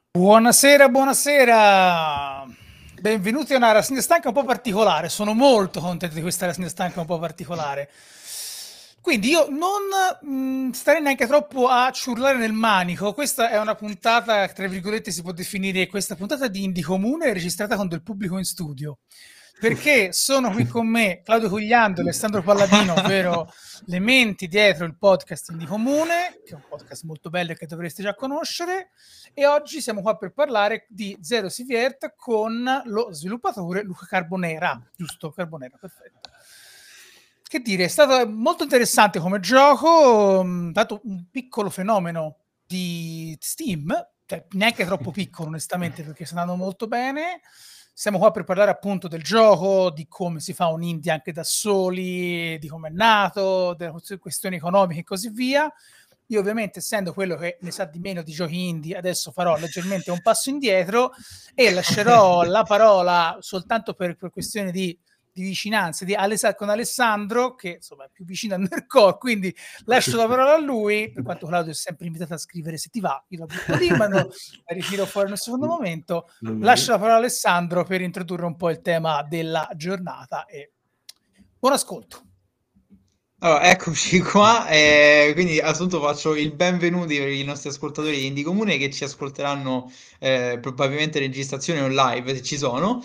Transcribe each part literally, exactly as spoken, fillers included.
Buonasera, buonasera. Benvenuti a una rassegna stanca un po' particolare. Sono molto contento di questa rassegna stanca un po' particolare. Quindi io non mh, starei neanche troppo a ciurlare nel manico. Questa è una puntata, tra virgolette, si può definire questa puntata di Indie Comune registrata con del pubblico in studio. Perché sono qui con me Claudio Cugliando e Alessandro Palladino, ovvero le menti dietro il podcast Indie Comune, che è un podcast molto bello e che dovreste già conoscere. E oggi siamo qua per parlare di Zero Siviert con lo sviluppatore Luca Carbonera, giusto? Carbonera, perfetto. Che dire, è stato molto interessante come gioco, dato un piccolo fenomeno di Steam, cioè neanche troppo piccolo onestamente perché sta andando molto bene. Siamo qua per parlare appunto del gioco, di come si fa un indie anche da soli, di come è nato, delle questioni economiche e così via. Io ovviamente, essendo quello che ne sa di meno di giochi indie, adesso farò leggermente un passo indietro e lascerò la parola soltanto per, per questioni di, di vicinanza di Aless- con Alessandro, che insomma è più vicino al nerdcore, quindi lascio la parola a lui, per quanto Claudio è sempre invitato a scrivere se ti va, io la butto lì, ma no, la ritiro fuori nel secondo momento. Lascio la parola a Alessandro per introdurre un po' il tema della giornata e buon ascolto. Allora, eccoci qua, eh, quindi assunto faccio il benvenuti per i nostri ascoltatori di Indie Comune che ci ascolteranno eh, probabilmente in registrazione o live se ci sono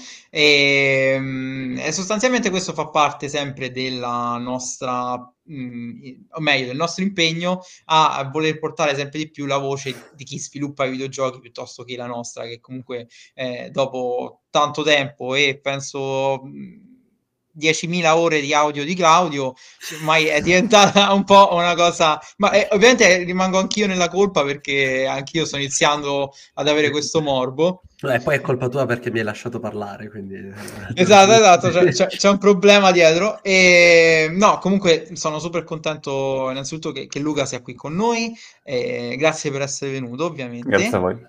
e, mm, e sostanzialmente questo fa parte sempre della nostra, mm, i- o meglio del nostro impegno a, a voler portare sempre di più la voce di chi sviluppa i videogiochi piuttosto che la nostra che comunque eh, dopo tanto tempo e penso... mm, diecimila ore di audio di Claudio ormai è diventata un po' una cosa, ma eh, ovviamente rimango anch'io nella colpa perché anch'io sto iniziando ad avere questo morbo. E poi è colpa tua perché mi hai lasciato parlare, quindi... Esatto, esatto, c'è, c'è- c'è un problema dietro. E no, comunque sono super contento innanzitutto che, che Luca sia qui con noi. E grazie per essere venuto, Grazie a ovviamente. voi.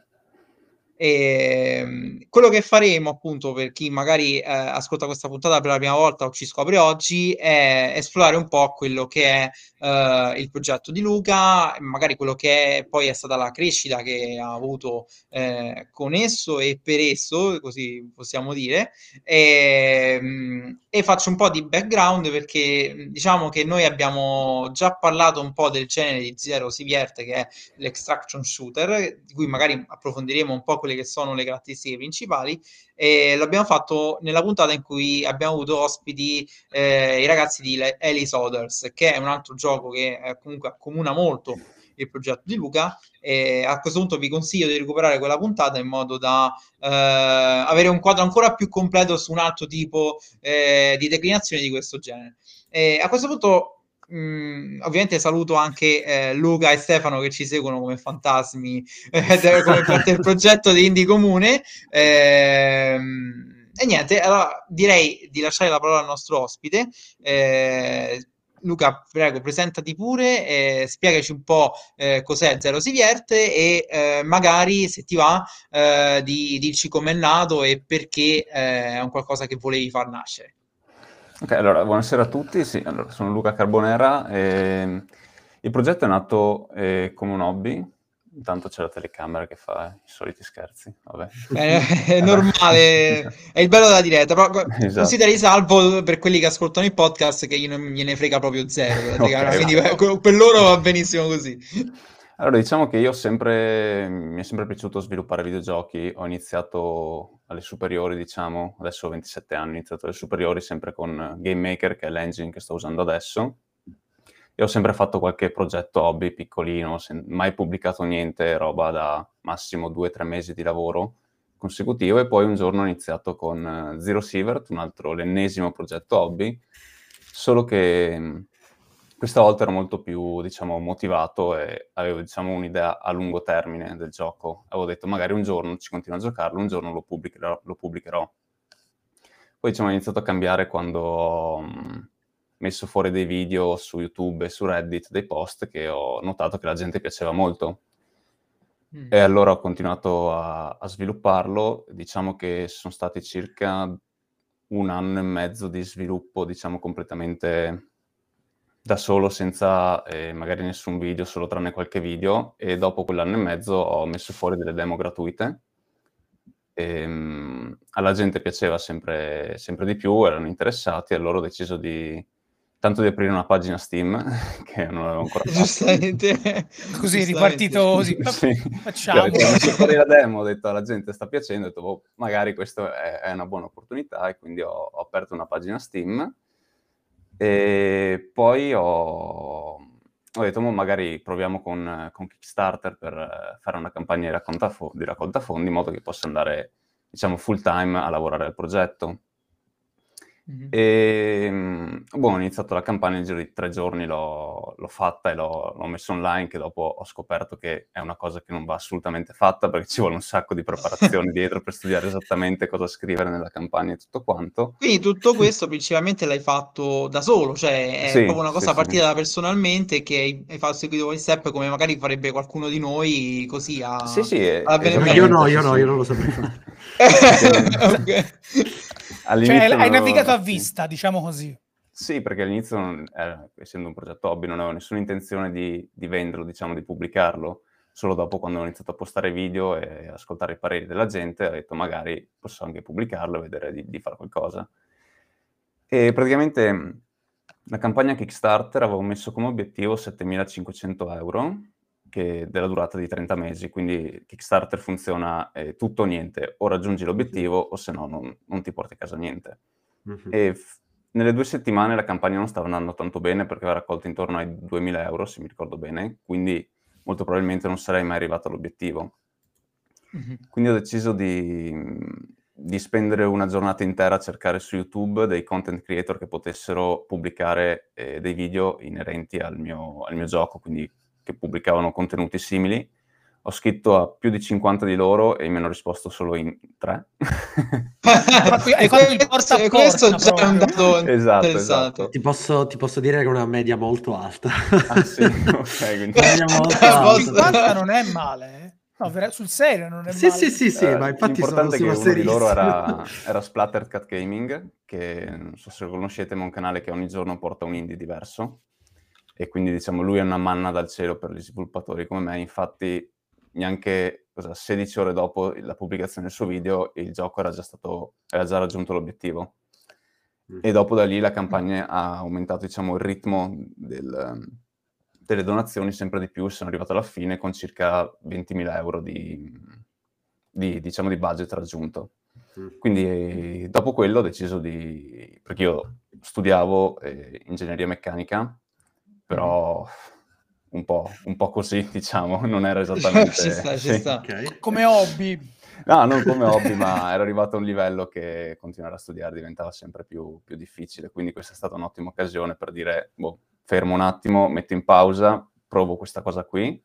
E, quello che faremo, appunto, per chi magari eh, ascolta questa puntata per la prima volta o ci scopre oggi, è esplorare un po' quello che è eh, il progetto di Luca, magari quello che è, poi è stata la crescita che ha avuto eh, con esso e per esso, così possiamo dire. E, e faccio un po' di background perché diciamo che noi abbiamo già parlato un po' del genere di Zero Sivierte, che è l'extraction shooter, di cui magari approfondiremo un po' quelle che sono le caratteristiche principali, e l'abbiamo fatto nella puntata in cui abbiamo avuto ospiti eh, i ragazzi di Alice Others, che è un altro gioco che eh, comunque accomuna molto il progetto di Luca, e a questo punto vi consiglio di recuperare quella puntata in modo da eh, avere un quadro ancora più completo su un altro tipo eh, di declinazione di questo genere. E a questo punto Mm, ovviamente saluto anche eh, Luca e Stefano che ci seguono come fantasmi eh, come parte del progetto di Indie Comune. Ehm, e niente, allora direi di lasciare la parola al nostro ospite. Eh, Luca, prego, presentati pure, eh, spiegaci un po' eh, cos'è Zero Sivierte e eh, magari, se ti va, eh, di dirci com'è nato e perché eh, è un qualcosa che volevi far nascere. Ok, allora, buonasera a tutti. Sì, allora, sono Luca Carbonera. E il progetto è nato eh, come un hobby. Intanto c'è la telecamera che fa i soliti scherzi. Vabbè. È, è normale, è il bello della diretta, però Esatto. consideri salvo per quelli che ascoltano il podcast che non gliene frega proprio zero della telecamera, Ok, quindi ok. per loro va benissimo così. Allora, diciamo che io ho sempre, mi è sempre piaciuto sviluppare videogiochi. Ho iniziato alle superiori, diciamo, adesso ho ventisette anni, ho iniziato alle superiori sempre con Game Maker, che è l'engine che sto usando adesso. E ho sempre fatto qualche progetto hobby piccolino, sen- mai pubblicato niente, roba da massimo due o tre mesi di lavoro consecutivo. E poi un giorno ho iniziato con eh, Zero Sievert, un altro, l'ennesimo progetto hobby, solo che mh, questa volta ero molto più, diciamo, motivato e avevo, diciamo, un'idea a lungo termine del gioco. Avevo detto magari un giorno ci continuo a giocarlo, un giorno lo pubblicherò. Lo pubblicherò. Poi, diciamo, ho iniziato a cambiare quando ho mh, messo fuori dei video su YouTube e su Reddit, dei post che ho notato che la gente piaceva molto. Mm. E allora ho continuato a, a svilupparlo. Diciamo che sono stati circa un anno e mezzo di sviluppo, diciamo, completamente da solo, senza eh, magari nessun video, solo tranne qualche video, e dopo quell'anno e mezzo ho messo fuori delle demo gratuite, Ehm, alla gente piaceva sempre, sempre di più, erano interessati, e allora ho deciso di tanto di aprire una pagina Steam, che non avevo ancora fatto. Giustamente. Così, Giustamente. ripartito così. Sì, Facciamo. ho messo fuori la demo, ho detto alla gente sta piacendo, ho detto boh, magari questa è, è una buona opportunità, e quindi ho, ho aperto una pagina Steam, e poi ho, ho detto boh, magari proviamo con, con Kickstarter per fare una campagna di raccolta, fo- di raccolta fondi, in modo che possa andare, diciamo, full time a lavorare al progetto. Mhm. E boh, ho iniziato la campagna, in giro di tre giorni l'ho, l'ho fatta e l'ho, l'ho messo online, che dopo ho scoperto che è una cosa che non va assolutamente fatta, perché ci vuole un sacco di preparazione dietro per studiare esattamente cosa scrivere nella campagna e tutto quanto. Quindi tutto questo principalmente l'hai fatto da solo, cioè è Sì, proprio una sì, cosa sì. partita da personalmente che hai, hai fatto seguito gli step come magari farebbe qualcuno di noi così a, Sì, sì, eh, alla bene Ma bene. io no, esattamente, io sì, no, sì. io non lo saprei fare. Perché Ok. Cioè, all'inizio hai non avevo- navigato a sì. vista, diciamo così. Sì, perché all'inizio, non- eh, essendo un progetto hobby, non avevo nessuna intenzione di, di venderlo, diciamo, di pubblicarlo. Solo dopo, quando ho iniziato a postare video e ascoltare i pareri della gente, ho detto magari posso anche pubblicarlo e vedere di, di fare qualcosa. E praticamente mh, la campagna Kickstarter avevo messo come obiettivo settemilacinquecento euro, che della durata di trenta mesi, quindi Kickstarter funziona eh, tutto o niente, o raggiungi l'obiettivo o se no non, non ti porti a casa niente. Mhm. E f- nelle due settimane la campagna non stava andando tanto bene, perché aveva raccolto intorno ai duemila euro, se mi ricordo bene, quindi molto probabilmente non sarei mai arrivato all'obiettivo. Mhm. Quindi ho deciso di, di spendere una giornata intera a cercare su YouTube dei content creator che potessero pubblicare eh, dei video inerenti al mio, al mio gioco, quindi che pubblicavano contenuti simili. Ho scritto a più di cinquanta di loro e mi hanno risposto solo in tre. Hai fatto, hai E fatto il questo, porta a e questo porta già è un proprio. dato Esatto, interessante. esatto. Ti posso, ti posso dire che è una media molto alta. Ah sì, ok, quindi... Una media molto Eh, su alta. cinquanta non è male, eh. No, vera- sul serio non è Sì, male. sì, sì, sì, Eh, ma infatti sono, l'importante è che sono uno di loro serissimo. era, era Splattered Cat Gaming, che non so se lo conoscete, ma è un canale che ogni giorno porta un indie diverso, e quindi diciamo lui è una manna dal cielo per gli sviluppatori come me. Infatti neanche cosa, sedici ore dopo la pubblicazione del suo video il gioco era già stato, era già raggiunto l'obiettivo. E dopo da lì la campagna ha aumentato, diciamo, il ritmo del, delle donazioni sempre di più. Sono arrivato alla fine con circa ventimila euro di, di, diciamo, di budget raggiunto. Quindi dopo quello ho deciso di... perché io studiavo eh, ingegneria meccanica, però un po', un po' così, diciamo, non era esattamente... Ci sta, ci sì. sta. Ok. Come hobby. No, non come hobby, ma ero arrivato a un livello che continuare a studiare diventava sempre più, più difficile, quindi questa è stata un'ottima occasione per dire, boh, fermo un attimo, metto in pausa, provo questa cosa qui.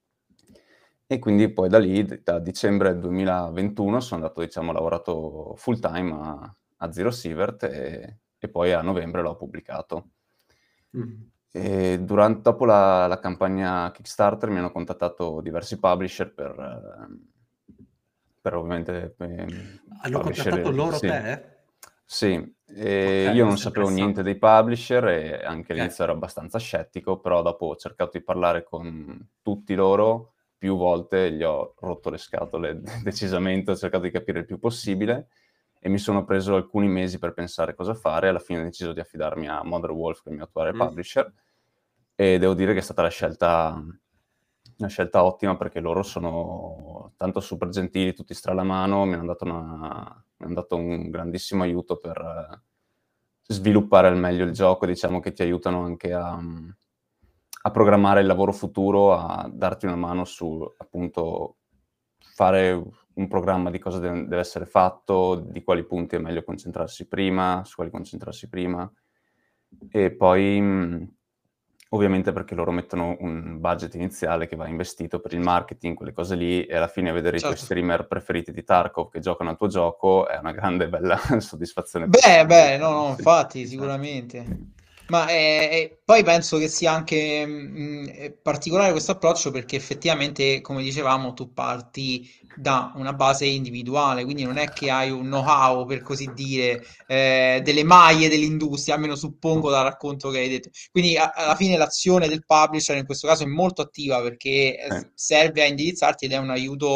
E quindi poi da lì, da dicembre duemilaventuno, sono andato, diciamo, ho lavorato full time a, a Zero Sievert, e, e poi a novembre l'ho pubblicato. Mm. E durante, dopo la, la campagna Kickstarter mi hanno contattato diversi publisher per, eh, per ovviamente eh, Hanno publisher, contattato loro sì. te? Sì, e Ok, io non questo è sapevo niente interessante. dei publisher e anche Ok. all'inizio ero abbastanza scettico, però dopo ho cercato di parlare con tutti loro, più volte gli ho rotto le scatole decisamente, ho cercato di capire il più possibile e mi sono preso alcuni mesi per pensare cosa fare. Alla fine ho deciso di affidarmi a Mother Wolf, che è il mio attuale Mm. publisher, e devo dire che è stata la scelta, una scelta ottima, perché loro sono tanto super gentili, tutti stralamano, mi hanno dato, una, mi hanno dato un grandissimo aiuto per eh, sviluppare al meglio il gioco. Diciamo che ti aiutano anche a, a programmare il lavoro futuro, a darti una mano su, appunto, fare un programma di cosa deve, deve essere fatto, di quali punti è meglio concentrarsi prima, su quali concentrarsi prima. E poi mh, ovviamente perché loro mettono un budget iniziale che va investito per il marketing, quelle cose lì, e alla fine vedere i tuoi Certo. streamer preferiti di Tarkov che giocano al tuo gioco è una grande bella soddisfazione Beh, personale, beh, no, diciamo, no, sì. infatti, Esatto. sicuramente. Ma eh, eh, poi penso che sia anche mh, eh, particolare questo approccio perché effettivamente, come dicevamo, tu parti da una base individuale, quindi non è che hai un know-how, per così dire, eh, delle maglie dell'industria, almeno suppongo dal racconto che hai detto. Quindi a- alla fine l'azione del publisher in questo caso è molto attiva perché eh, Sì. serve a indirizzarti ed è un aiuto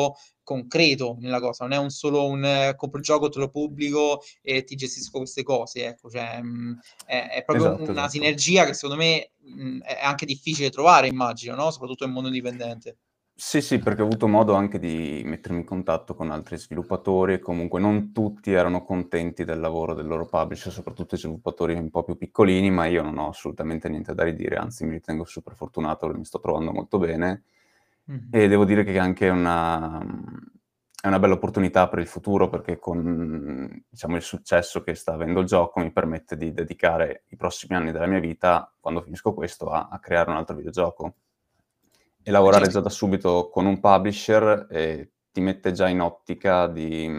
concreto nella cosa, non è un solo un eh, compro il gioco, te lo pubblico e ti gestisco queste cose, ecco, cioè mh, è, è proprio Esatto, una esatto. sinergia che secondo me mh, è anche difficile trovare, immagino, no? Soprattutto nel mondo indipendente. Sì, sì, perché ho avuto modo anche di mettermi in contatto con altri sviluppatori e comunque non tutti erano contenti del lavoro del loro publisher, soprattutto i sviluppatori un po' più piccolini, ma io non ho assolutamente niente da ridire, anzi mi ritengo super fortunato, mi sto trovando molto bene Mhm. e devo dire che è anche una, è una bella opportunità per il futuro perché con diciamo, il successo che sta avendo il gioco mi permette di dedicare i prossimi anni della mia vita, quando finisco questo, a, a creare un altro videogioco. E lavorare Certo. già da subito con un publisher eh, ti mette già in ottica di,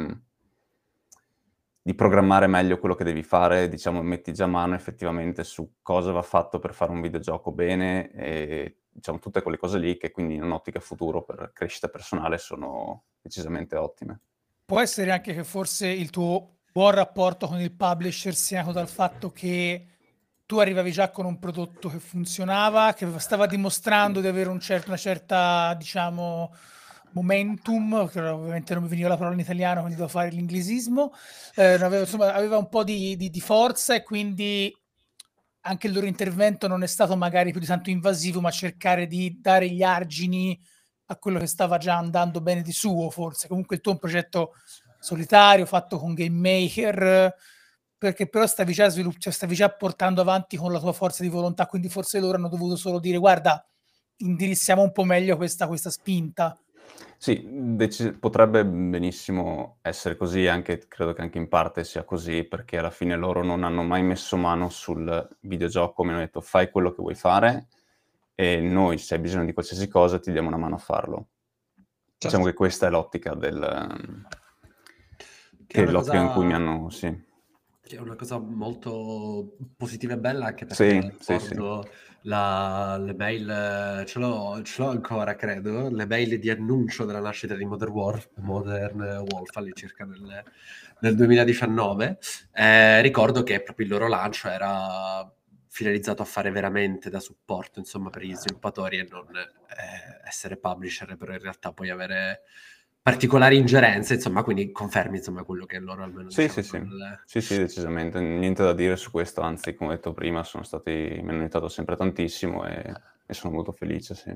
di programmare meglio quello che devi fare, diciamo, metti già mano effettivamente su cosa va fatto per fare un videogioco bene e diciamo tutte quelle cose lì che quindi in un'ottica futuro per crescita personale sono decisamente ottime. Può essere anche che forse il tuo buon rapporto con il publisher sia nato dal fatto che tu arrivavi già con un prodotto che funzionava, che stava dimostrando di avere un certo, una certa, diciamo, momentum, che ovviamente non mi veniva la parola in italiano, quindi devo fare l'inglesismo, eh, aveva, insomma, aveva un po' di, di, di forza e quindi anche il loro intervento non è stato magari più di tanto invasivo, ma cercare di dare gli argini a quello che stava già andando bene di suo, forse. Comunque il tuo è un progetto solitario, fatto con Game Maker, perché però stavi già, svilupp- cioè stavi già portando avanti con la tua forza di volontà, quindi forse loro hanno dovuto solo dire guarda, indirizziamo un po' meglio questa, questa spinta. Sì, deci- potrebbe benissimo essere così, anche, credo che anche in parte sia così, perché alla fine loro non hanno mai messo mano sul videogioco, mi hanno detto fai quello che vuoi fare e noi se hai bisogno di qualsiasi cosa ti diamo una mano a farlo. Diciamo Certo. che questa è l'ottica del... Che è che una l'ottica in cui mi cosa, hanno... Sì, che è una cosa molto positiva e bella anche sì, perché sì, sì. ricordo la, le mail, eh, ce l'ho, ce l'ho ancora credo, le mail di annuncio della nascita di Modern, War, Modern Wolf all'incirca nel, nel duemiladiciannove. Eh, ricordo che proprio il loro lancio era finalizzato a fare veramente da supporto insomma per gli sviluppatori e non eh, essere publisher, però in realtà poi avere particolari ingerenze, insomma, quindi confermi insomma quello che loro almeno Sì, sì, dicevano sì. nel... Sì, sì, decisamente. Niente da dire su questo, anzi, come ho detto prima, sono stati, mi hanno aiutato sempre tantissimo e, e sono molto felice, sì.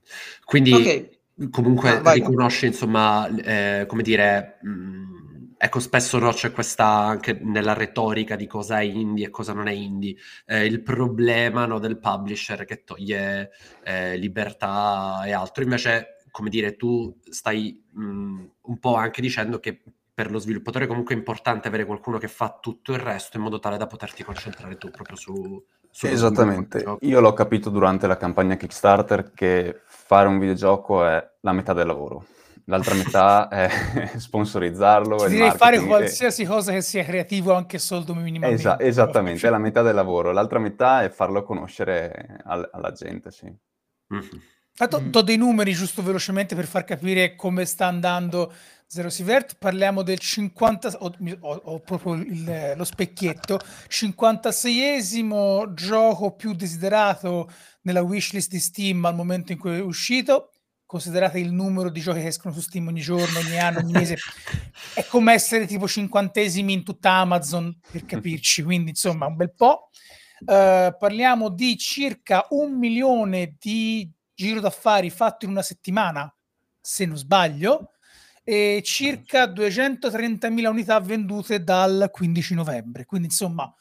Quindi Ok. comunque Ah, vai, vai. riconosci, insomma, eh, come dire, mh, ecco, spesso no, c'è questa anche nella retorica di cosa è indie e cosa non è indie, eh, il problema no, del publisher che toglie eh, libertà e altro. Invece, come dire, tu stai mh, un po' anche dicendo che per lo sviluppatore comunque è importante avere qualcuno che fa tutto il resto in modo tale da poterti concentrare tu proprio su, sullo sviluppo del Esattamente. gioco. Io l'ho capito durante la campagna Kickstarter che fare un videogioco è la metà del lavoro. L'altra metà è sponsorizzarlo, Ti è il direi fare marketing. E... qualsiasi cosa che sia creativo, anche solo Esa- minimamente. esattamente, è la metà del lavoro. L'altra metà è farlo conoscere al- alla gente, sì. Mhm. Tanto Mm. do dei numeri giusto velocemente per far capire come sta andando Zero Sievert. Parliamo del cinquanta, ho, mi- ho- ho proprio il- lo specchietto, cinquantaseiesimo gioco più desiderato nella wishlist di Steam al momento in cui è uscito. Considerate il numero di giochi che escono su Steam ogni giorno, ogni anno, ogni mese. È come essere tipo cinquantesimi in tutta Amazon, per capirci, quindi insomma un bel po'. Eh, parliamo di circa un milione di giro d'affari fatto in una settimana, se non sbaglio, e circa duecentotrentamila unità vendute dal quindici novembre. Quindi, insomma,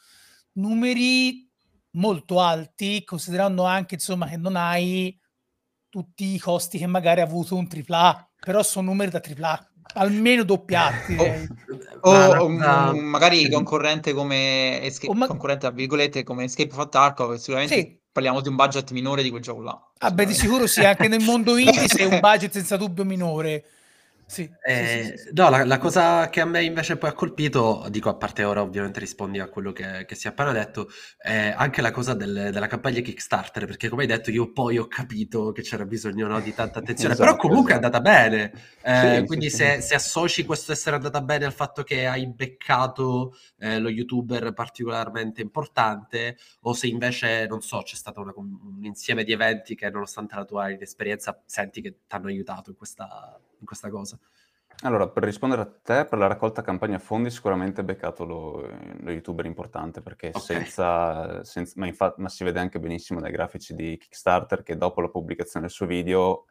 numeri molto alti, considerando anche, insomma, che non hai tutti i costi che magari ha avuto un tripla A, però sono numeri da tripla A, almeno doppiati, O, direi. o Ma la un- cosa... un- magari concorrente come O Escape, ma- concorrente tra virgolette come Escape from Tarkov, sicuramente sì, parliamo di un budget minore di quel gioco là, ah beh, di sicuramente. sicuro sì, anche nel mondo indie sei un budget senza dubbio minore. Sì, sì, sì, sì, Eh, sì. no, la, la cosa che a me invece poi ha colpito, dico a parte ora ovviamente rispondi a quello che, che si è appena detto, è anche la cosa del- della campagna Kickstarter, perché come hai detto io poi ho capito che c'era bisogno no, di tanta attenzione, però Esatto, comunque è esatto. andata bene. Eh, Sì, sì, quindi sì. se, se associ questo essere andata bene al fatto che hai beccato eh, lo youtuber particolarmente importante, o se invece, non so, c'è stato una- un insieme di eventi che nonostante la tua esperienza senti che ti hanno aiutato in questa, in questa cosa. Allora, per rispondere a te, per la raccolta campagna fondi sicuramente beccato lo, lo youtuber importante, perché Ok. senza, senza ma, infa- ma si vede anche benissimo dai grafici di Kickstarter che dopo la pubblicazione del suo video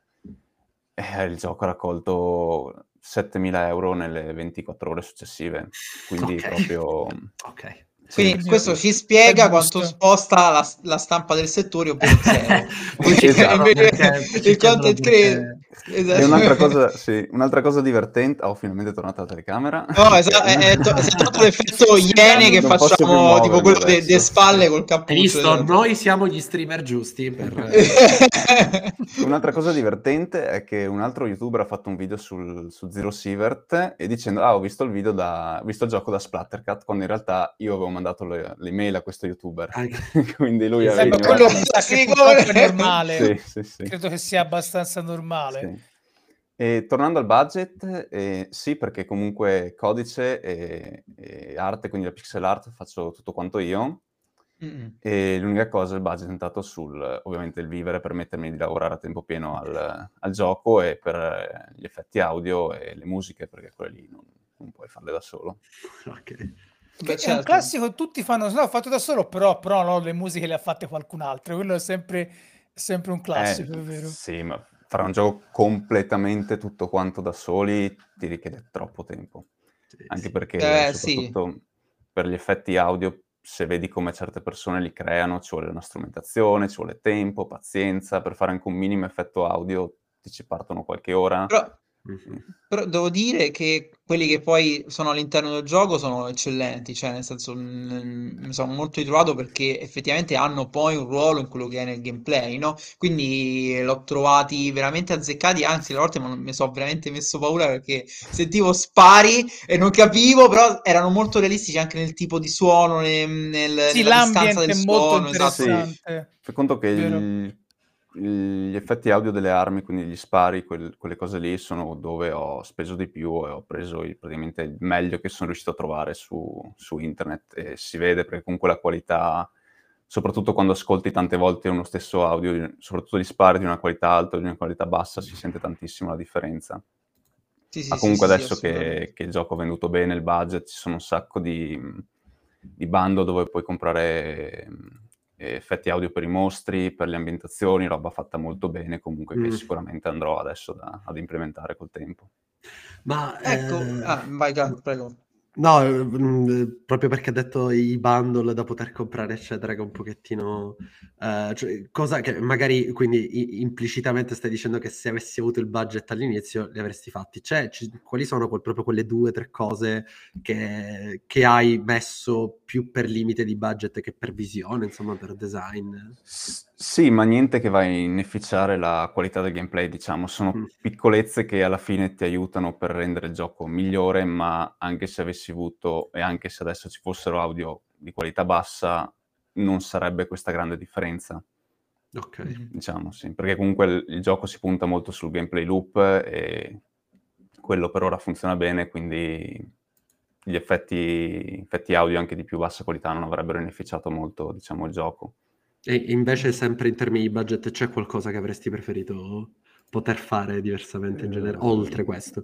eh, il gioco ha raccolto settemila euro nelle ventiquattro ore successive, quindi Ok. proprio... Ok. Sì, Quindi Sì, questo sì. ci spiega bel quanto boost. sposta la, la stampa del settore, ovvero zero. Poi ci chiedono Invece perché, poi ci il chiedono content creator... perché... E un'altra Esatto. cosa, sì, un'altra cosa divertente... Oh, finalmente è tornata la telecamera. No, Ok. esatto, è, è to- si è tolto l'effetto Stai iene dando che un- Non posso più facciamo, tipo muovermi quello de, de adesso. spalle col Hai cappuccio. visto? Esatto. Noi siamo gli streamer giusti per... Un'altra cosa divertente è che un altro youtuber ha fatto un video sul, su Zero Sievert e dicendo ah ho visto il video da, visto il gioco da Splattercat, quando in realtà io avevo mandato le, l'email a questo youtuber. Ah, Quindi lui sì, aveva Eh, ma sì. quello ignorato. mi sa Sì, che purtroppo è come- normale. Sì, sì, sì. Credo che sia abbastanza normale. Sì. E tornando al budget, eh, sì, perché comunque codice e, e arte, quindi la pixel art, faccio tutto quanto io. Mm. E l'unica cosa, il budget è andato sul, ovviamente, il vivere, permettermi di lavorare a tempo pieno al, al gioco e per eh, gli effetti audio e le musiche, perché quelle lì non, non puoi farle da solo. Ok. Che Beh, è un certo. classico, tutti fanno, no, ho fatto da solo, però, però no, le musiche le ha fatte qualcun altro. Quello è sempre, è sempre un classico, Eh, è vero. sì, ma fare un gioco completamente tutto quanto da soli ti richiede troppo tempo. Sì, Anche sì. perché, Eh, sì. soprattutto per gli effetti audio, se vedi come certe persone li creano, ci vuole una strumentazione, ci vuole tempo, pazienza, per fare anche un minimo effetto audio ti ci partono qualche ora. Però, Mhm. però devo dire che quelli che poi sono all'interno del gioco sono eccellenti, cioè nel senso mm, mi sono molto ritrovato perché effettivamente hanno poi un ruolo in quello che è nel gameplay, no? Quindi l'ho trovati veramente azzeccati, anzi, a volte mi sono veramente messo paura perché sentivo spari e non capivo, però erano molto realistici anche nel tipo di suono, nel- nel- Sì, nella distanza l'ambient del è molto suono, esatto. Sì, interessante, fai conto che vero? il- gli effetti audio delle armi, quindi gli spari, quel- quelle cose lì, sono dove ho speso di più e ho preso il- praticamente il meglio che sono riuscito a trovare su, su internet e si vede perché comunque la qualità, soprattutto quando ascolti tante volte uno stesso audio, soprattutto gli spari di una qualità alta o di una qualità bassa, si sente tantissimo la differenza. Sì, Ma sì, sì, comunque sì, sì, adesso assolutamente. che, che il gioco ha venduto bene, il budget, ci sono un sacco di, di bundle dove puoi comprare ehm, effetti audio per i mostri, per le ambientazioni, roba fatta molto bene, comunque che Mm. sicuramente andrò adesso da- ad implementare col tempo. Ma Ecco, eh, ah, vai, Cal, prego. no, eh, mm, proprio perché ha detto i bundle da poter comprare, eccetera, che un pochettino, eh, cioè, cosa che magari quindi i- implicitamente stai dicendo che se avessi avuto il budget all'inizio li avresti fatti. Cioè, ci- quali sono quel- proprio quelle due o tre cose che, che hai messo più per limite di budget che per visione, insomma, per design? S- Sì, ma niente che va a inficiare la qualità del gameplay, diciamo. Sono Mm. piccolezze che alla fine ti aiutano per rendere il gioco migliore, ma anche se avessi avuto, e anche se adesso ci fossero audio di qualità bassa, non sarebbe questa grande differenza, Ok. Mhm. diciamo, sì. Perché comunque il, il gioco si punta molto sul gameplay loop e quello per ora funziona bene, quindi gli effetti, effetti audio anche di più bassa qualità non avrebbero inficiato molto, diciamo, il gioco. E invece sempre in termini di budget c'è qualcosa che avresti preferito poter fare diversamente in genere, oltre questo?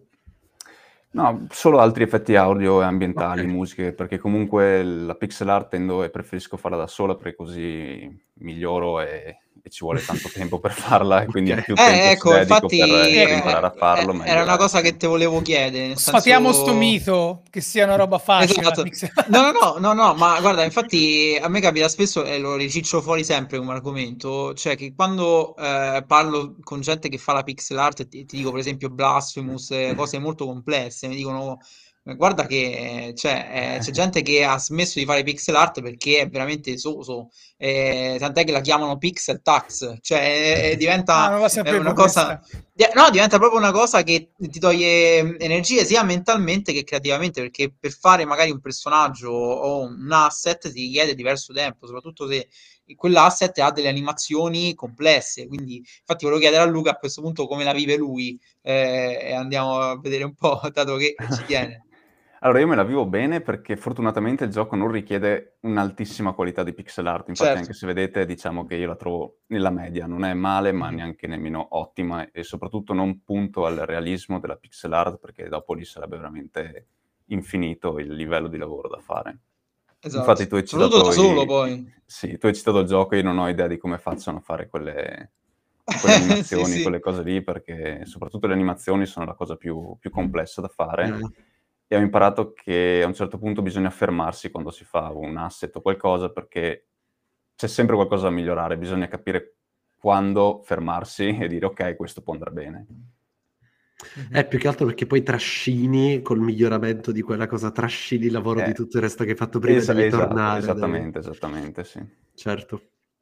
No, solo altri effetti audio e ambientali, Ok. musiche, perché comunque la pixel art tendo e preferisco farla da sola perché così miglioro e, e ci vuole tanto tempo per farla e quindi Ok. più tempo Eh, ci ecco, dedico per, infatti per Eh, imparare a eh, eh, farlo, era meglio una è, cosa sì. che te volevo chiedere, nel sfatiamo sto senso... mito che sia una roba facile la Esatto. pixel No, no, art. no, no, no, ma guarda, infatti a me capita spesso e lo riciccio fuori sempre come argomento, cioè che quando eh, parlo con gente che fa la pixel art, e ti, ti dico per esempio Blasphemous, eh, cose molto complesse, mi dicono eh, guarda che eh, cioè, eh, c'è gente che ha smesso di fare pixel art perché è veramente esoso, eh, tant'è che la chiamano pixel tax, cioè eh, Ah, diventa non la eh, sapevo una cosa... questa. Di- No, diventa proprio una cosa che ti toglie mm, energie sia mentalmente che creativamente, perché per fare magari un personaggio o un asset ti richiede diverso tempo, soprattutto se quell'asset ha delle animazioni complesse. Quindi, infatti, volevo chiedere a Luca a questo punto come la vive lui, eh, e andiamo a vedere un po', dato che ci tiene. Allora, io me la vivo bene perché fortunatamente il gioco non richiede un'altissima qualità di pixel art. Infatti, Certo. anche se vedete, diciamo che io la trovo nella media, non è male, ma Mhm. neanche nemmeno ottima, e soprattutto non punto al realismo della pixel art perché dopo lì sarebbe veramente infinito il livello di lavoro da fare. Esatto. Infatti tu hai Soprattutto da citato solo, i... poi. Sì, tu hai citato il gioco, io non ho idea di come facciano a fare quelle, quelle Sì, animazioni, sì. quelle cose lì, perché soprattutto le animazioni sono la cosa più, più complessa da fare. Eh, E ho imparato che a un certo punto bisogna fermarsi quando si fa un asset o qualcosa, perché c'è sempre qualcosa da migliorare, bisogna capire quando fermarsi e dire ok, questo può andare bene. Mhm. È più che altro perché poi trascini col miglioramento di quella cosa, trascini il lavoro di Eh, tutto il resto che hai fatto prima e esa- devi esatto, tornare. devi- esattamente, esattamente, sì. Certo.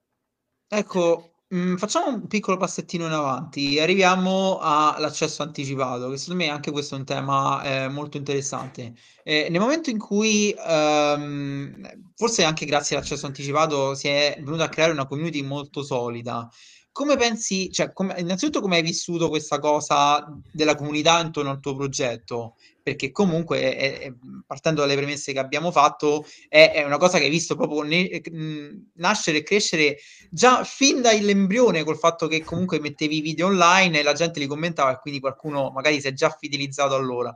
Ecco, mh, facciamo un piccolo passettino in avanti, arriviamo all'accesso anticipato, che secondo me anche questo è un tema eh, molto interessante. Eh, nel momento in cui, ehm, forse anche grazie all'accesso anticipato, si è venuta a creare una community molto solida, come pensi, cioè, come- innanzitutto come hai vissuto questa cosa della comunità intorno al tuo progetto? Perché comunque, è- è- partendo dalle premesse che abbiamo fatto, è, è una cosa che hai visto proprio ne- mh, nascere e crescere già fin dall'embrione, col fatto che comunque mettevi i video online e la gente li commentava e quindi qualcuno magari si è già fidelizzato allora.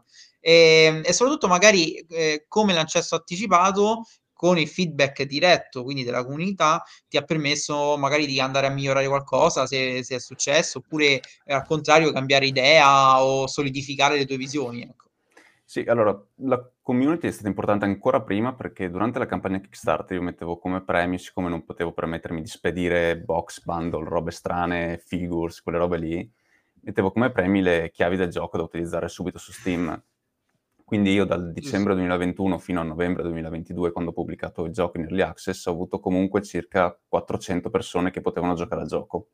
E, e soprattutto magari eh, come l'accesso anticipato con il feedback diretto, quindi della comunità, ti ha permesso magari di andare a migliorare qualcosa se, se è successo, oppure eh, al contrario cambiare idea o solidificare le tue visioni. Ecco. Sì, allora, la community è stata importante ancora prima perché durante la campagna Kickstarter io mettevo come premi, siccome non potevo permettermi di spedire box, bundle, robe strane, figures, quelle robe lì, mettevo come premi le chiavi del gioco da utilizzare subito su Steam. Quindi io dal dicembre duemilaventuno fino a novembre duemilaventidue, quando ho pubblicato il gioco in Early Access, ho avuto comunque circa quattrocento persone che potevano giocare al gioco.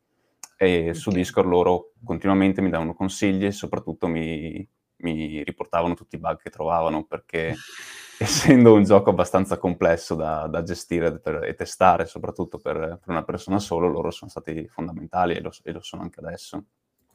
E su Ok. Discord loro continuamente mi davano consigli e soprattutto mi, mi riportavano tutti i bug che trovavano, perché essendo un gioco abbastanza complesso da, da gestire per, e testare, soprattutto per, per una persona solo, loro sono stati fondamentali e lo, e lo sono anche adesso.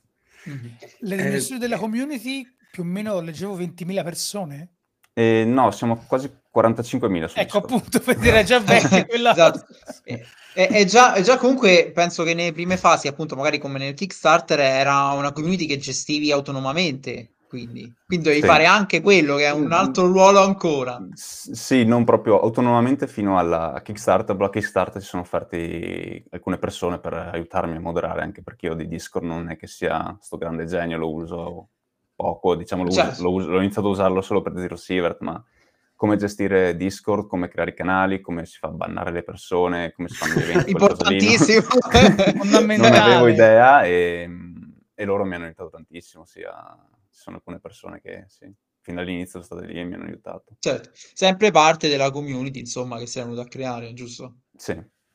Mhm. Le Eh, dimensioni della community, più o meno leggevo ventimila persone. E no, siamo quasi quarantacinquemila su Ecco, Discord. appunto, per dire, è già vecchia quella Esatto. cosa. E, e- e già, e già comunque penso che nelle prime fasi, appunto, magari come nel Kickstarter, era una community che gestivi autonomamente, quindi, quindi dovevi Sì. fare anche quello, che è un altro ruolo ancora. S- Sì, non proprio autonomamente fino alla Kickstarter, però a Kickstarter ci sono offerti alcune persone per aiutarmi a moderare, anche perché io di Discord non è che sia sto grande genio, lo uso poco, diciamo lo uso, Certo. lo uso- l'ho iniziato a usarlo solo per Zero Sievert, ma come gestire Discord, come creare i canali, come si fa a bannare le persone, come si fanno gli eventi, quelle cose lì, no? Importantissimo. Non avevo Fondamentale. idea e, e loro mi hanno aiutato tantissimo, sì, a- ci sono alcune persone che sì, fin dall'inizio sono state lì e mi hanno aiutato. Certo, sempre parte della community, insomma, che si è venuta a creare, giusto? Sì.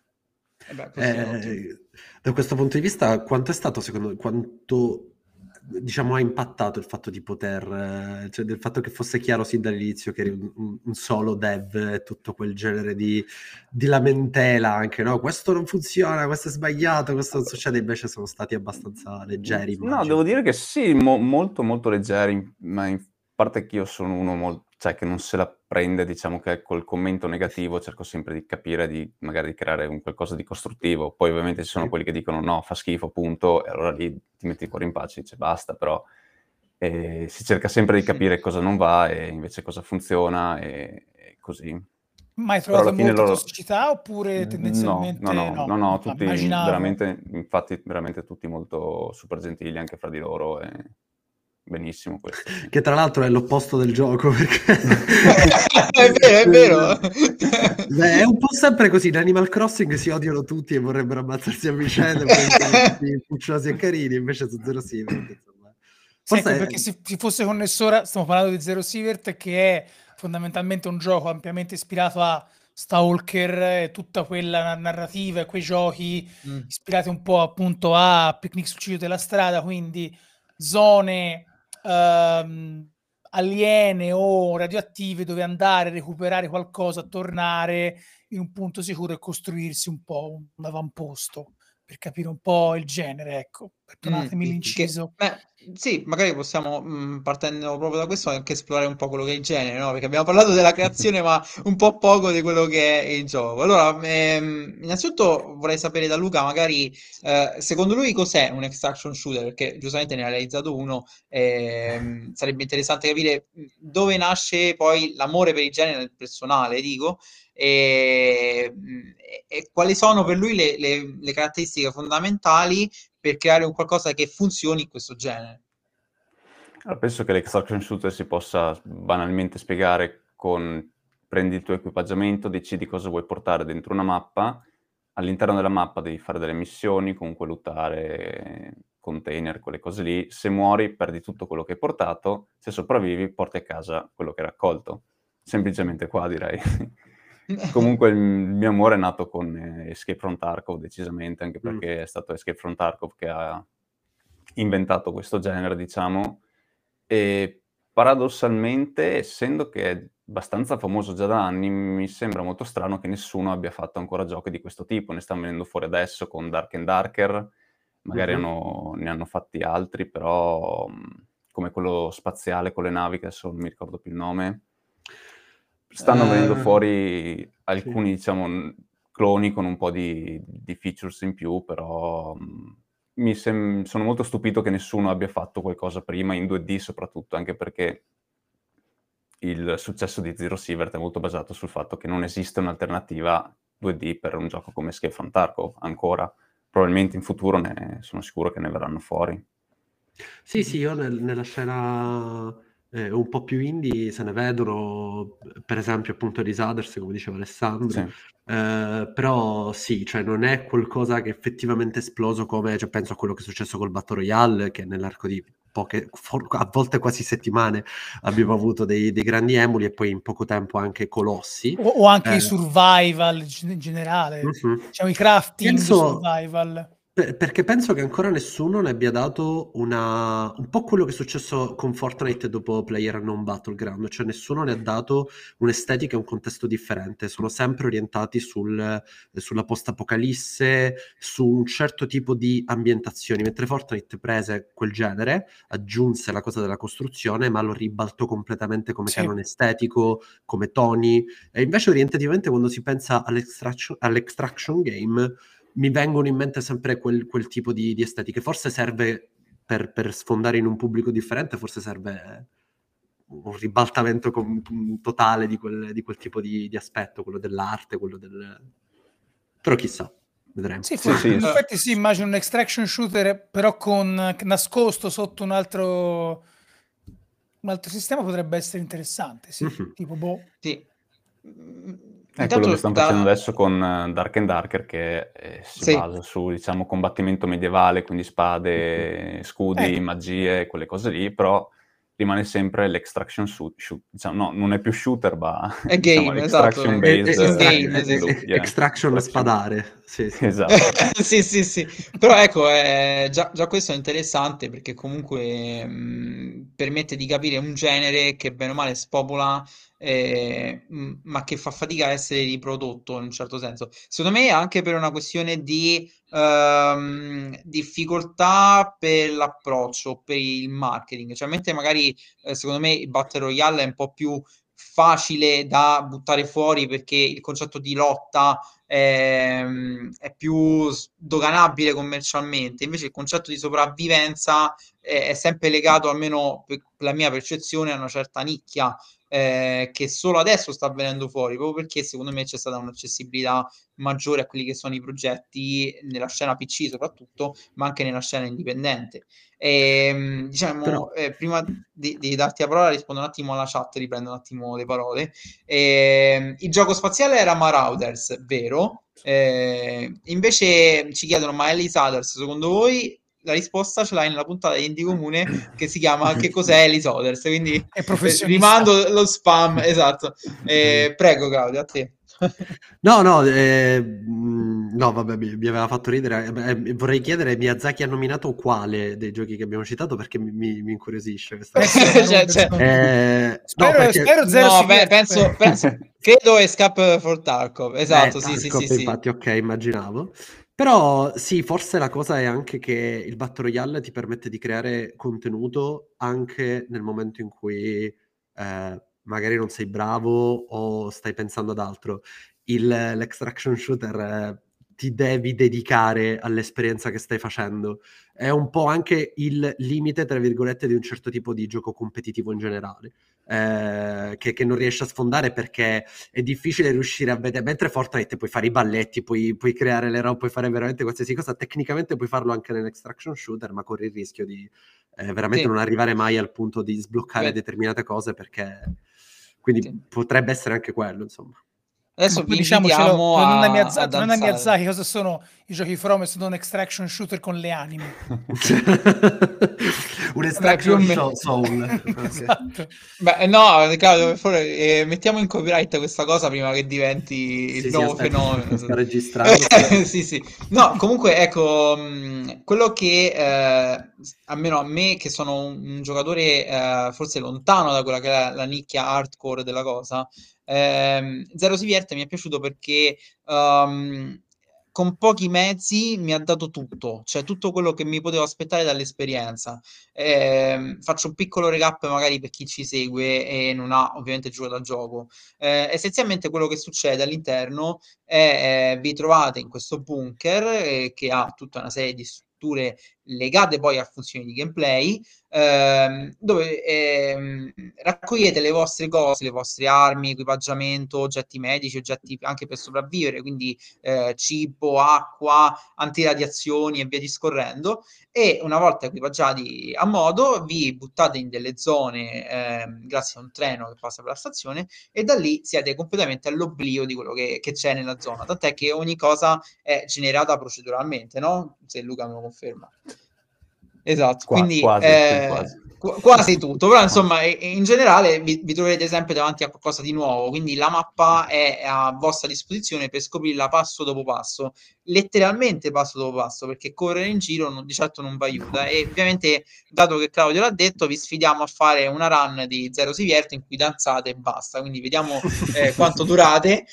E beh, così è ottimo. Eh, da questo punto di vista, quanto è stato secondo quanto diciamo ha impattato il fatto di poter, eh, cioè del fatto che fosse chiaro sin dall'inizio che eri un, un- un solo dev e tutto quel genere di, di lamentela anche, no? Questo non funziona, questo è sbagliato, questo non succede, invece sono stati abbastanza leggeri, No, immagino. devo dire che sì, mo- molto molto leggeri, ma in parte che io sono uno mol- cioè, che non se la prende, diciamo che col commento negativo cerco sempre di capire, di magari di creare un qualcosa di costruttivo. Poi ovviamente ci sono Sì. quelli che dicono no, fa schifo, punto, e allora lì ti metti il cuore in pace e dici basta, però eh, si cerca sempre di capire cosa non va e invece cosa funziona e, e così. Ma hai Però alla trovato fine molta loro... tossicità oppure No, no, tendenzialmente no, no, no? no, Ah, tutti immaginavo. veramente, infatti veramente tutti molto super gentili anche fra di loro e benissimo questo, sì. Che tra l'altro è l'opposto del gioco, perché È vero, è vero. Beh, è un po' sempre così. In Animal Crossing si odiano tutti e vorrebbero ammazzarsi a vicenda, poi sono tutti pucciosi e carini, invece su Zero Sievert, insomma. Sì, Forse anche è- perché se si fosse connesso ora, stiamo parlando di Zero Sievert, che è fondamentalmente un gioco ampiamente ispirato a Stalker e tutta quella na- narrativa e quei giochi Mm. ispirati un po' appunto a Picnic sul ciglio della strada, quindi zone ehm, aliene o radioattive dove andare, recuperare qualcosa, tornare in un punto sicuro e costruirsi un po' un avamposto per capire un po' il genere, ecco. Mm, Perdonatemi che, l'inciso. beh, Sì, magari possiamo, mh, partendo proprio da questo, anche esplorare un po' quello che è il genere, no? Perché abbiamo parlato della creazione, ma un po' poco di quello che è il gioco. Allora, ehm, innanzitutto vorrei sapere da Luca, magari, eh, secondo lui cos'è un extraction shooter? Perché giustamente ne ha realizzato uno, ehm, sarebbe interessante capire mh, dove nasce poi l'amore per il genere nel personale, dico, e, mh, e- e quali sono per lui le le- le caratteristiche fondamentali per creare un qualcosa che funzioni in questo genere. Allora, penso che l'extraction shooter si possa banalmente spiegare con prendi il tuo equipaggiamento, decidi cosa vuoi portare dentro una mappa, all'interno della mappa devi fare delle missioni, comunque lootare container, quelle cose lì. Se muori perdi tutto quello che hai portato, se sopravvivi porti a casa quello che hai raccolto. Semplicemente qua, direi. Comunque il mio amore è nato con eh, Escape from Tarkov, decisamente, anche Mm. perché è stato Escape from Tarkov che ha inventato questo genere, diciamo, e paradossalmente, essendo che è abbastanza famoso già da anni, mi sembra molto strano che nessuno abbia fatto ancora giochi di questo tipo. Ne stanno venendo fuori adesso con Dark and Darker, magari Mhm. hanno- ne hanno fatti altri, però mh, come quello spaziale con le navi, che adesso non mi ricordo più il nome. Stanno venendo Eh, fuori sì. alcuni, diciamo, n- cloni con un po' di, di features in più, però mh, mi sem- sono molto stupito che nessuno abbia fatto qualcosa prima, in due D soprattutto, anche perché il successo di Zero Sievert è molto basato sul fatto che non esiste un'alternativa due D per un gioco come Escape from Tarkov, ancora. Probabilmente in futuro ne, sono sicuro che ne verranno fuori. Sì, sì, io nel- nella scena eh, un po' più indie se ne vedono, per esempio appunto Elis Others, come diceva Alessandro, Sì. eh, però sì, cioè non è qualcosa che effettivamente è esploso come, cioè, penso a quello che è successo col Battle Royale, che nell'arco di poche, for- a volte quasi settimane abbiamo avuto dei, dei grandi emuli e poi in poco tempo anche colossi. O, o anche Eh, i survival gen- in generale, mhm. diciamo i crafting Penso, survival. per- perché penso che ancora nessuno ne abbia dato una, un po' quello che è successo con Fortnite dopo PlayerUnknown Battleground, cioè nessuno ne ha dato un'estetica e un contesto differente, sono sempre orientati sul, sulla post-apocalisse, su un certo tipo di ambientazioni, mentre Fortnite prese quel genere, aggiunse la cosa della costruzione, ma lo ribaltò completamente come Sì. canone estetico, come toni, e invece orientativamente quando si pensa all'extraction, all'extraction game mi vengono in mente sempre quel, quel tipo di, di estetiche. Forse serve per, per sfondare in un pubblico differente, forse serve un ribaltamento com- totale di quel, di quel tipo di, di aspetto, quello dell'arte, quello del... Però chissà, vedremo. Sì, Sì, forse- sì. in effetti sì, immagino un extraction shooter però con nascosto sotto un altro un altro sistema potrebbe essere interessante, sì, Mhm. tipo boh. Sì. Mm, È quello che Intanto stanno facendo da... adesso con eh, Dark and Darker, che eh, si Sì. basa su, diciamo, combattimento medievale, quindi spade, scudi, Eh, magie, quelle cose lì, però rimane sempre l'extraction shoot, shoot- diciamo, no, non è più shooter, ma È diciamo game, esatto. E- extraction-based e- In estra- game, e- sì, eh, sì. e- loot, e- yeah. extraction Extraction- spadare, sì, sì. Esatto. Sì, sì, sì. Però ecco, eh, già, già questo è interessante perché comunque mh, permette di capire un genere che bene o male spopola, eh, mh, ma che fa fatica a essere riprodotto in un certo senso. Secondo me anche per una questione di ehm, difficoltà per l'approccio, per il marketing. Cioè, mentre magari eh, secondo me il Battle Royale è un po' più facile da buttare fuori perché il concetto di lotta ehm, è più doganabile commercialmente, invece il concetto di sopravvivenza è, è sempre legato, almeno per la mia percezione, a una certa nicchia eh, che solo adesso sta venendo fuori, proprio perché secondo me c'è stata un'accessibilità maggiore a quelli che sono i progetti nella scena P C soprattutto, ma anche nella scena indipendente. E, Però... diciamo, eh, prima di, di darti la parola rispondo un attimo alla chat, riprendo un attimo le parole. E, il gioco spaziale era Marauders, vero? Eh, invece ci chiedono, ma Ellis Others, secondo voi? La risposta ce l'hai nella puntata di Indie Comune che si chiama Che cos'è Ellis Others? Quindi è eh, professionista. rimando lo spam, esatto. Eh, prego Claudio, a te. No, no, eh, mh, no, vabbè, mi, mi aveva fatto ridere. Eh, beh, vorrei chiedere, Miyazaki ha nominato quale dei giochi che abbiamo citato perché mi, mi- mi incuriosisce questa Eh cosa. sì, Cioè, Marauders cioè, non- Eh, no, Spero, perché spero Zero no, pe- Sievert. penso, penso- credo Escape for Tarkov, eh, esatto, sì, sì, sì, Tarkov, sì. infatti, ok, immaginavo. Però sì, forse la cosa è anche che il Battle Royale ti permette di creare contenuto anche nel momento in cui eh, magari non sei bravo o stai pensando ad altro. Il, l'extraction shooter eh, ti devi dedicare all'esperienza che stai facendo. È un po' anche il limite, tra virgolette, di un certo tipo di gioco competitivo in generale. Eh, che, che non riesce a sfondare perché è difficile riuscire a vedere, mentre Fortnite puoi fare i balletti, puoi, puoi creare le robe, puoi fare veramente qualsiasi cosa, tecnicamente puoi farlo anche nell'extraction shooter, ma corri il rischio di eh, veramente Sì. non arrivare mai al punto di sbloccare Beh, determinate cose, perché quindi sì. potrebbe essere anche quello, insomma. Adesso Ma poi vi diciamocelo, invitiamo tornando a, a, Miyazaki, a tornando a danzare. Miyazaki, cosa sono i giochi From? È stato un extraction shooter con le anime. Un Beh, più o extraction meno. show- soul. Ok. Esatto. Beh, no, Claudio, for- eh, mettiamo in copyright questa cosa prima che diventi il Sì, sì, nuovo aspetta, fenomeno. sto registrando. Eh, sì, sì. No, comunque, ecco, mh, quello che, eh, almeno a me, che sono un, un giocatore eh, forse lontano da quella che è la, la nicchia hardcore della cosa, ehm, Zero si diverte mi è piaciuto perché ehm, con pochi mezzi mi ha dato tutto, cioè tutto quello che mi potevo aspettare dall'esperienza. Eh, faccio un piccolo recap magari per chi ci segue e non ha ovviamente giocato al gioco. Eh, essenzialmente quello che succede all'interno è eh, vi trovate in questo bunker eh, che ha tutta una serie di strutture legate poi a funzioni di gameplay, ehm, dove ehm, raccogliete le vostre cose, le vostre armi, equipaggiamento, oggetti medici, oggetti anche per sopravvivere, quindi eh, cibo, acqua, antiradiazioni e via discorrendo. E una volta equipaggiati a modo vi buttate in delle zone ehm, grazie a un treno che passa per la stazione e da lì siete completamente all'oblio di quello che, che c'è nella zona, tant'è che ogni cosa è generata proceduralmente, no? Se Luca me lo conferma. Esatto, Qua- quindi quasi, sì, eh, quasi. qu- quasi tutto, però insomma e- e in generale vi, vi troverete sempre davanti a qualcosa di nuovo, quindi la mappa è a vostra disposizione per scoprirla passo dopo passo, letteralmente passo dopo passo, perché correre in giro non, di certo non vi aiuta e ovviamente, dato che Claudio l'ha detto, vi sfidiamo a fare una run di Zero si vierte in cui danzate e basta, quindi vediamo eh, quanto durate.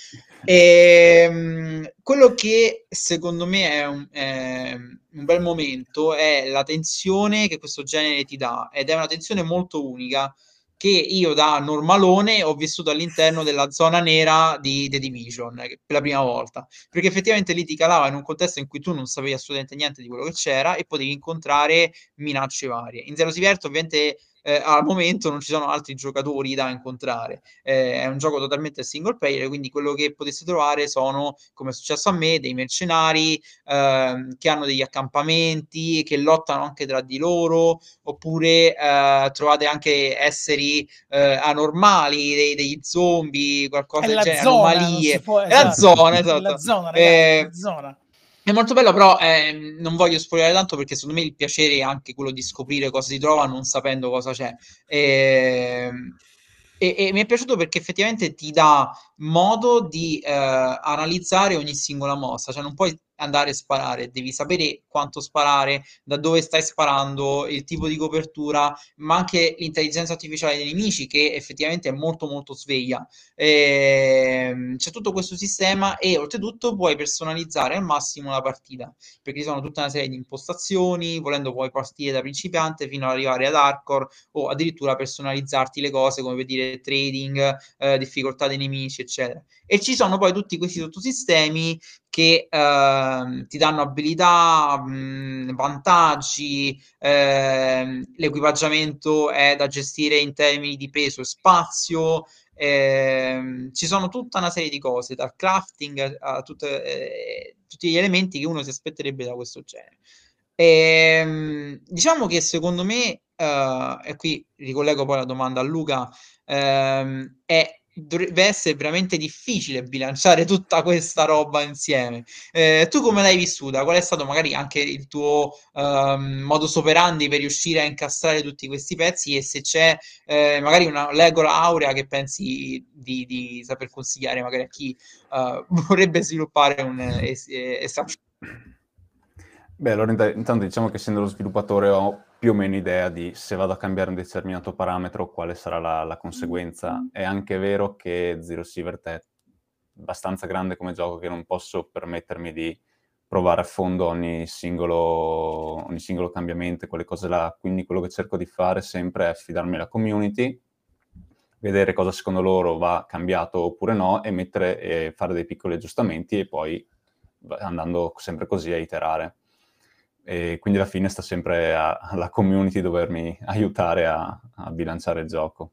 E, mh, quello che secondo me è un, è un bel momento è la tensione che questo genere ti dà ed è una tensione molto unica che io da normalone ho vissuto all'interno della zona nera di The Division per la prima volta, perché effettivamente lì ti calava in un contesto in cui tu non sapevi assolutamente niente di quello che c'era e potevi incontrare minacce varie. In Zero si vierte ovviamente eh, al momento non ci sono altri giocatori da incontrare, eh, è un gioco totalmente single player, quindi quello che poteste trovare sono, come è successo a me, dei mercenari ehm, che hanno degli accampamenti, che lottano anche tra di loro, oppure eh, trovate anche esseri eh, anormali, dei, degli zombie, È qualcosa del la genere, zona, non si anomalie. può, È la esatto. zona, È la esatto. zona, ragazzi, è la Eh, zona. è molto bello, però ehm, non voglio spoilerare tanto perché secondo me il piacere è anche quello di scoprire cosa si trova non sapendo cosa c'è. Ehm, E, e mi è piaciuto perché effettivamente ti dà modo di eh, analizzare ogni singola mossa, cioè non puoi andare a sparare, devi sapere quanto sparare, da dove stai sparando, il tipo di copertura, ma anche l'intelligenza artificiale dei nemici che effettivamente è molto molto sveglia. Ehm, c'è tutto questo sistema e oltretutto puoi personalizzare al massimo la partita, perché ci sono tutta una serie di impostazioni, volendo puoi partire da principiante fino ad arrivare ad hardcore o addirittura personalizzarti le cose come per dire trading, eh, difficoltà dei nemici, eccetera. E ci sono poi tutti questi sottosistemi che eh, ti danno abilità, mh, vantaggi, ehm, l'equipaggiamento è da gestire in termini di peso e spazio. Ehm, ci sono tutta una serie di cose, dal crafting a, a tutte, eh, tutti gli elementi che uno si aspetterebbe da questo genere. Ehm, diciamo che secondo me, eh, e qui ricollego poi la domanda a Luca, ehm, è, dovrebbe essere veramente difficile bilanciare tutta questa roba insieme. Eh, tu come l'hai vissuta? Qual è stato magari anche il tuo ehm, modus operandi per riuscire a incastrare tutti questi pezzi e se c'è eh, magari una regola aurea che pensi di, di saper consigliare magari a chi eh, vorrebbe sviluppare un eh, es- eh, extraction. Beh, allora int- intanto diciamo che essendo lo sviluppatore ho più o meno idea di se vado a cambiare un determinato parametro quale sarà la, la conseguenza. È anche vero che Zero Sievert è abbastanza grande come gioco che non posso permettermi di provare a fondo ogni singolo, ogni singolo cambiamento, quelle cose là. Quindi quello che cerco di fare sempre è affidarmi alla community, vedere cosa secondo loro va cambiato oppure no, e mettere e fare dei piccoli aggiustamenti, e poi andando sempre così a iterare. E quindi alla fine sta sempre a, alla community dovermi aiutare a, a bilanciare il gioco.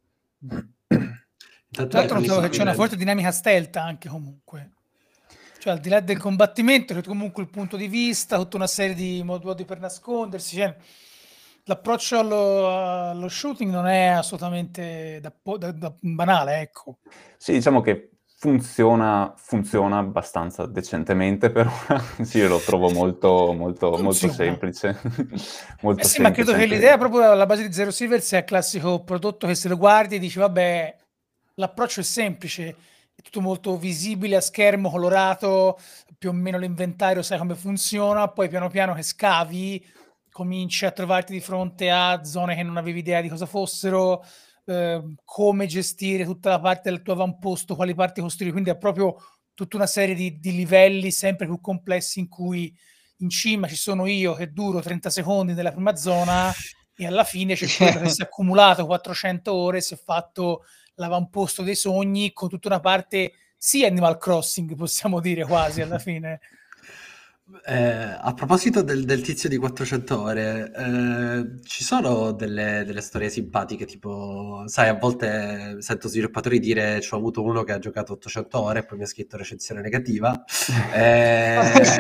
Tra l'altro noto che c'è una forte dinamica stealth anche comunque. Cioè, al di là del combattimento, c'è comunque il punto di vista, tutta una serie di modi per nascondersi. Cioè, l'approccio allo, allo shooting non è assolutamente da, da, da banale, ecco. Sì, diciamo che funziona, funziona abbastanza decentemente, però sì, io lo trovo molto, molto, molto semplice. molto eh sì, semplice. Ma credo che l'idea proprio alla base di Zero Silver sia il classico prodotto che se lo guardi e dici, vabbè, l'approccio è semplice, è tutto molto visibile a schermo, colorato, più o meno l'inventario sai come funziona, poi piano piano che scavi cominci a trovarti di fronte a zone che non avevi idea di cosa fossero, eh, come gestire tutta la parte del tuo avamposto, quali parti costruire, quindi è proprio tutta una serie di, di livelli sempre più complessi in cui in cima ci sono io che duro trenta secondi nella prima zona e alla fine c'è quello che si è accumulato quattrocento ore, si è fatto l'avamposto dei sogni con tutta una parte sì Animal Crossing, possiamo dire quasi alla fine. Eh, a proposito del, del tizio di quattrocento ore, eh, ci sono delle, delle storie simpatiche, tipo, sai, a volte sento sviluppatori dire c'ho avuto uno che ha giocato ottocento ore e poi mi ha scritto recensione negativa. Eh,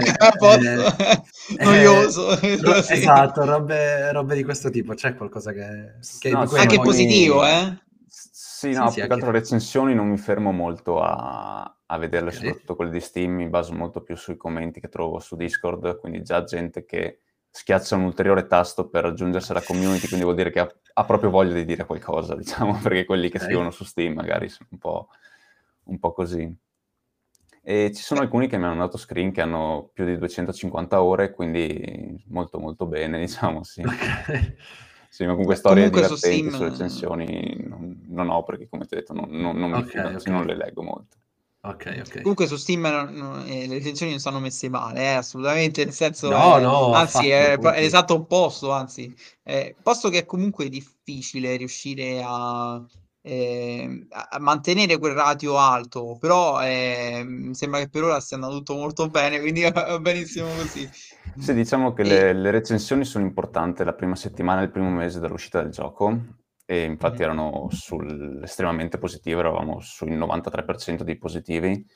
eh, noioso. Eh, ro- sì. Esatto, robe, robe di questo tipo. C'è qualcosa che... che no, di anche poi... positivo, eh? Sì, no, sì, più che altro anche... recensioni non mi fermo molto a, a vederle, okay. Soprattutto quelle di Steam, mi baso molto più sui commenti che trovo su Discord, quindi già gente che schiaccia un ulteriore tasto per aggiungersi alla community, quindi vuol dire che ha, ha proprio voglia di dire qualcosa, diciamo, perché quelli che okay. scrivono su Steam magari sono un po', un po' così. E ci sono alcuni che mi hanno dato screen che hanno più di duecentocinquanta ore, quindi molto molto bene, diciamo, sì. Okay. Sì, ma comunque storie comunque divertenti su sulle recensioni non, non ho, perché come ti ho detto non, non, non mi okay, fido, okay. non le leggo molto. Ok, ok. Comunque su Steam non, non, eh, le recensioni non stanno messe male, eh, assolutamente, nel senso, no, è, no, anzi è, affatto, è l'esatto opposto, anzi, eh, posto che è comunque difficile riuscire a, eh, a mantenere quel ratio alto, però eh, mi sembra che per ora stia andando tutto molto bene, quindi va benissimo così. Sì, diciamo che E... le, le recensioni sono importanti la prima settimana, il primo mese dall'uscita del gioco, e infatti mm. erano sul, estremamente positive, eravamo sul novantatré per cento dei positivi.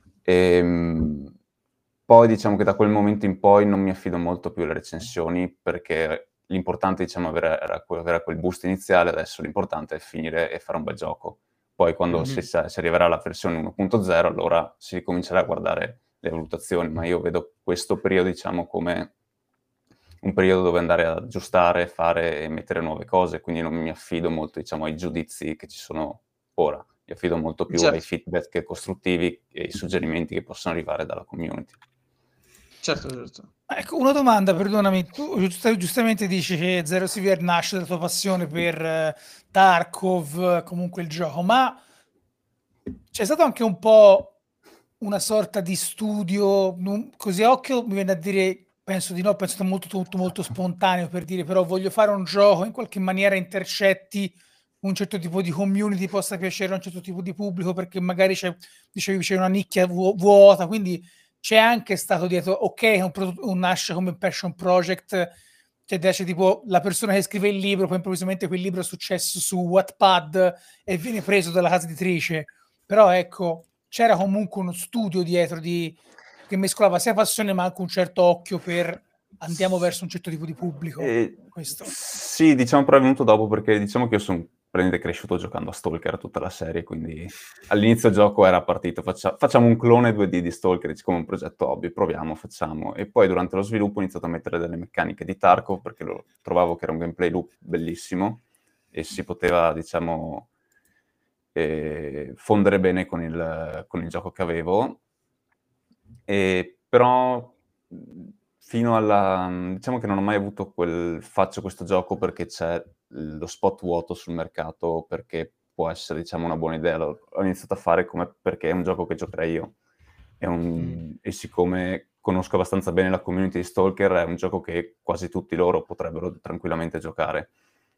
E, poi diciamo che da quel momento in poi non mi affido molto più alle recensioni, perché l'importante, diciamo, era, era avere quel boost iniziale, adesso l'importante è finire e fare un bel gioco. Poi quando mm-hmm. si, si arriverà alla versione uno punto zero, allora si ricomincerà a guardare le valutazioni, ma io vedo questo periodo, diciamo, come un periodo dove andare ad aggiustare, fare e mettere nuove cose, quindi non mi affido molto, diciamo, ai giudizi che ci sono ora. Mi affido molto più certo. ai feedback costruttivi e ai suggerimenti che possono arrivare dalla community. Certo, certo. Ecco, una domanda, perdonami, tu giust- giustamente dici che Zero Silver nasce dalla tua passione per uh, Tarkov, comunque il gioco, ma c'è stato anche un po' una sorta di studio, non, così a occhio mi viene a dire, penso di no, penso che è molto, tutto molto spontaneo per dire, però voglio fare un gioco, in qualche maniera intercetti un certo tipo di community, possa piacere a un certo tipo di pubblico, perché magari c'è, dicevi, c'è una nicchia vu- vuota, quindi c'è anche stato dietro, ok, è un, pro- un nasce come passion project, cioè c'è tipo la persona che scrive il libro, poi improvvisamente quel libro è successo su Wattpad e viene preso dalla casa editrice, però ecco, c'era comunque uno studio dietro di, che mescolava sia passione ma anche un certo occhio per andiamo verso un certo tipo di pubblico. Eh, questo. Sì, diciamo, però è venuto dopo, perché diciamo che io sono praticamente cresciuto giocando a Stalker tutta la serie, quindi all'inizio il gioco era partito, faccia, facciamo un clone due D di Stalker come un progetto hobby, proviamo, facciamo, e poi durante lo sviluppo ho iniziato a mettere delle meccaniche di Tarkov, perché lo trovavo che era un gameplay loop bellissimo e si poteva, diciamo, eh, fondere bene con il, con il gioco che avevo, e però fino alla... diciamo che non ho mai avuto quel faccio questo gioco perché c'è lo spot vuoto sul mercato, perché può essere, diciamo, una buona idea. L'ho, ho iniziato a fare come perché è un gioco che giocherei io. è un... e siccome conosco abbastanza bene la community di Stalker, è un gioco che quasi tutti loro potrebbero tranquillamente giocare.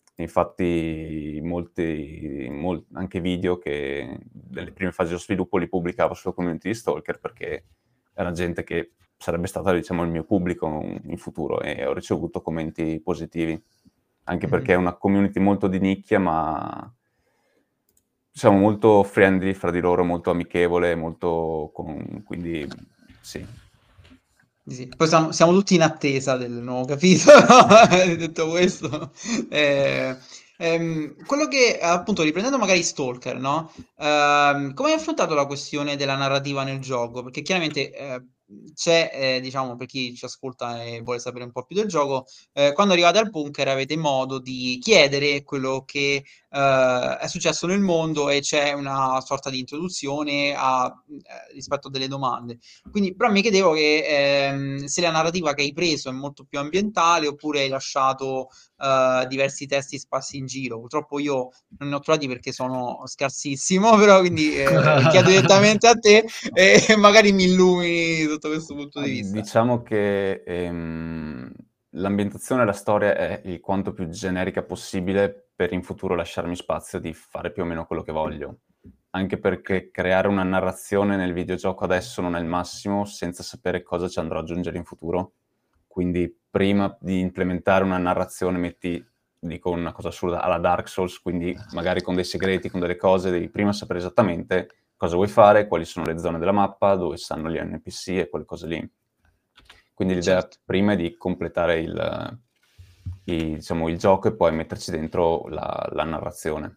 Infatti molti, molti anche video che nelle prime fasi dello sviluppo li pubblicavo sulla community di Stalker, perché era gente che sarebbe stata, diciamo, il mio pubblico in futuro, e ho ricevuto commenti positivi, anche Mhm. perché è una community molto di nicchia, ma siamo molto friendly fra di loro, molto amichevole, molto con... quindi sì. Sì, poi siamo, siamo tutti in attesa del nuovo capitolo. Detto questo, eh, ehm, quello che appunto, riprendendo magari Stalker, no? Ehm, come hai affrontato la questione della narrativa nel gioco? Perché chiaramente eh, c'è, eh, diciamo, per chi ci ascolta e vuole sapere un po' più del gioco, eh, quando arrivate al bunker avete modo di chiedere quello che eh, è successo nel mondo, e c'è una sorta di introduzione a, eh, rispetto a delle domande. Quindi, però mi chiedevo che ehm, se la narrativa che hai preso è molto più ambientale, oppure hai lasciato eh, diversi testi sparsi in giro. Purtroppo io non ne ho trovati perché sono scarsissimo, però quindi eh, chiedo direttamente a te e magari mi illumini sotto questo punto di vista. Diciamo che ehm, l'ambientazione e la storia è il quanto più generica possibile, per in futuro lasciarmi spazio di fare più o meno quello che voglio. Anche perché creare una narrazione nel videogioco adesso non è il massimo, senza sapere cosa ci andrò ad aggiungere in futuro. Quindi prima di implementare una narrazione metti, dico una cosa assurda, alla Dark Souls, quindi magari con dei segreti, con delle cose, devi prima sapere esattamente cosa vuoi fare, quali sono le zone della mappa, dove stanno gli N P C e quelle cose lì. Quindi l'idea Certo. prima è di completare il, il, diciamo, il gioco e poi metterci dentro la, la narrazione.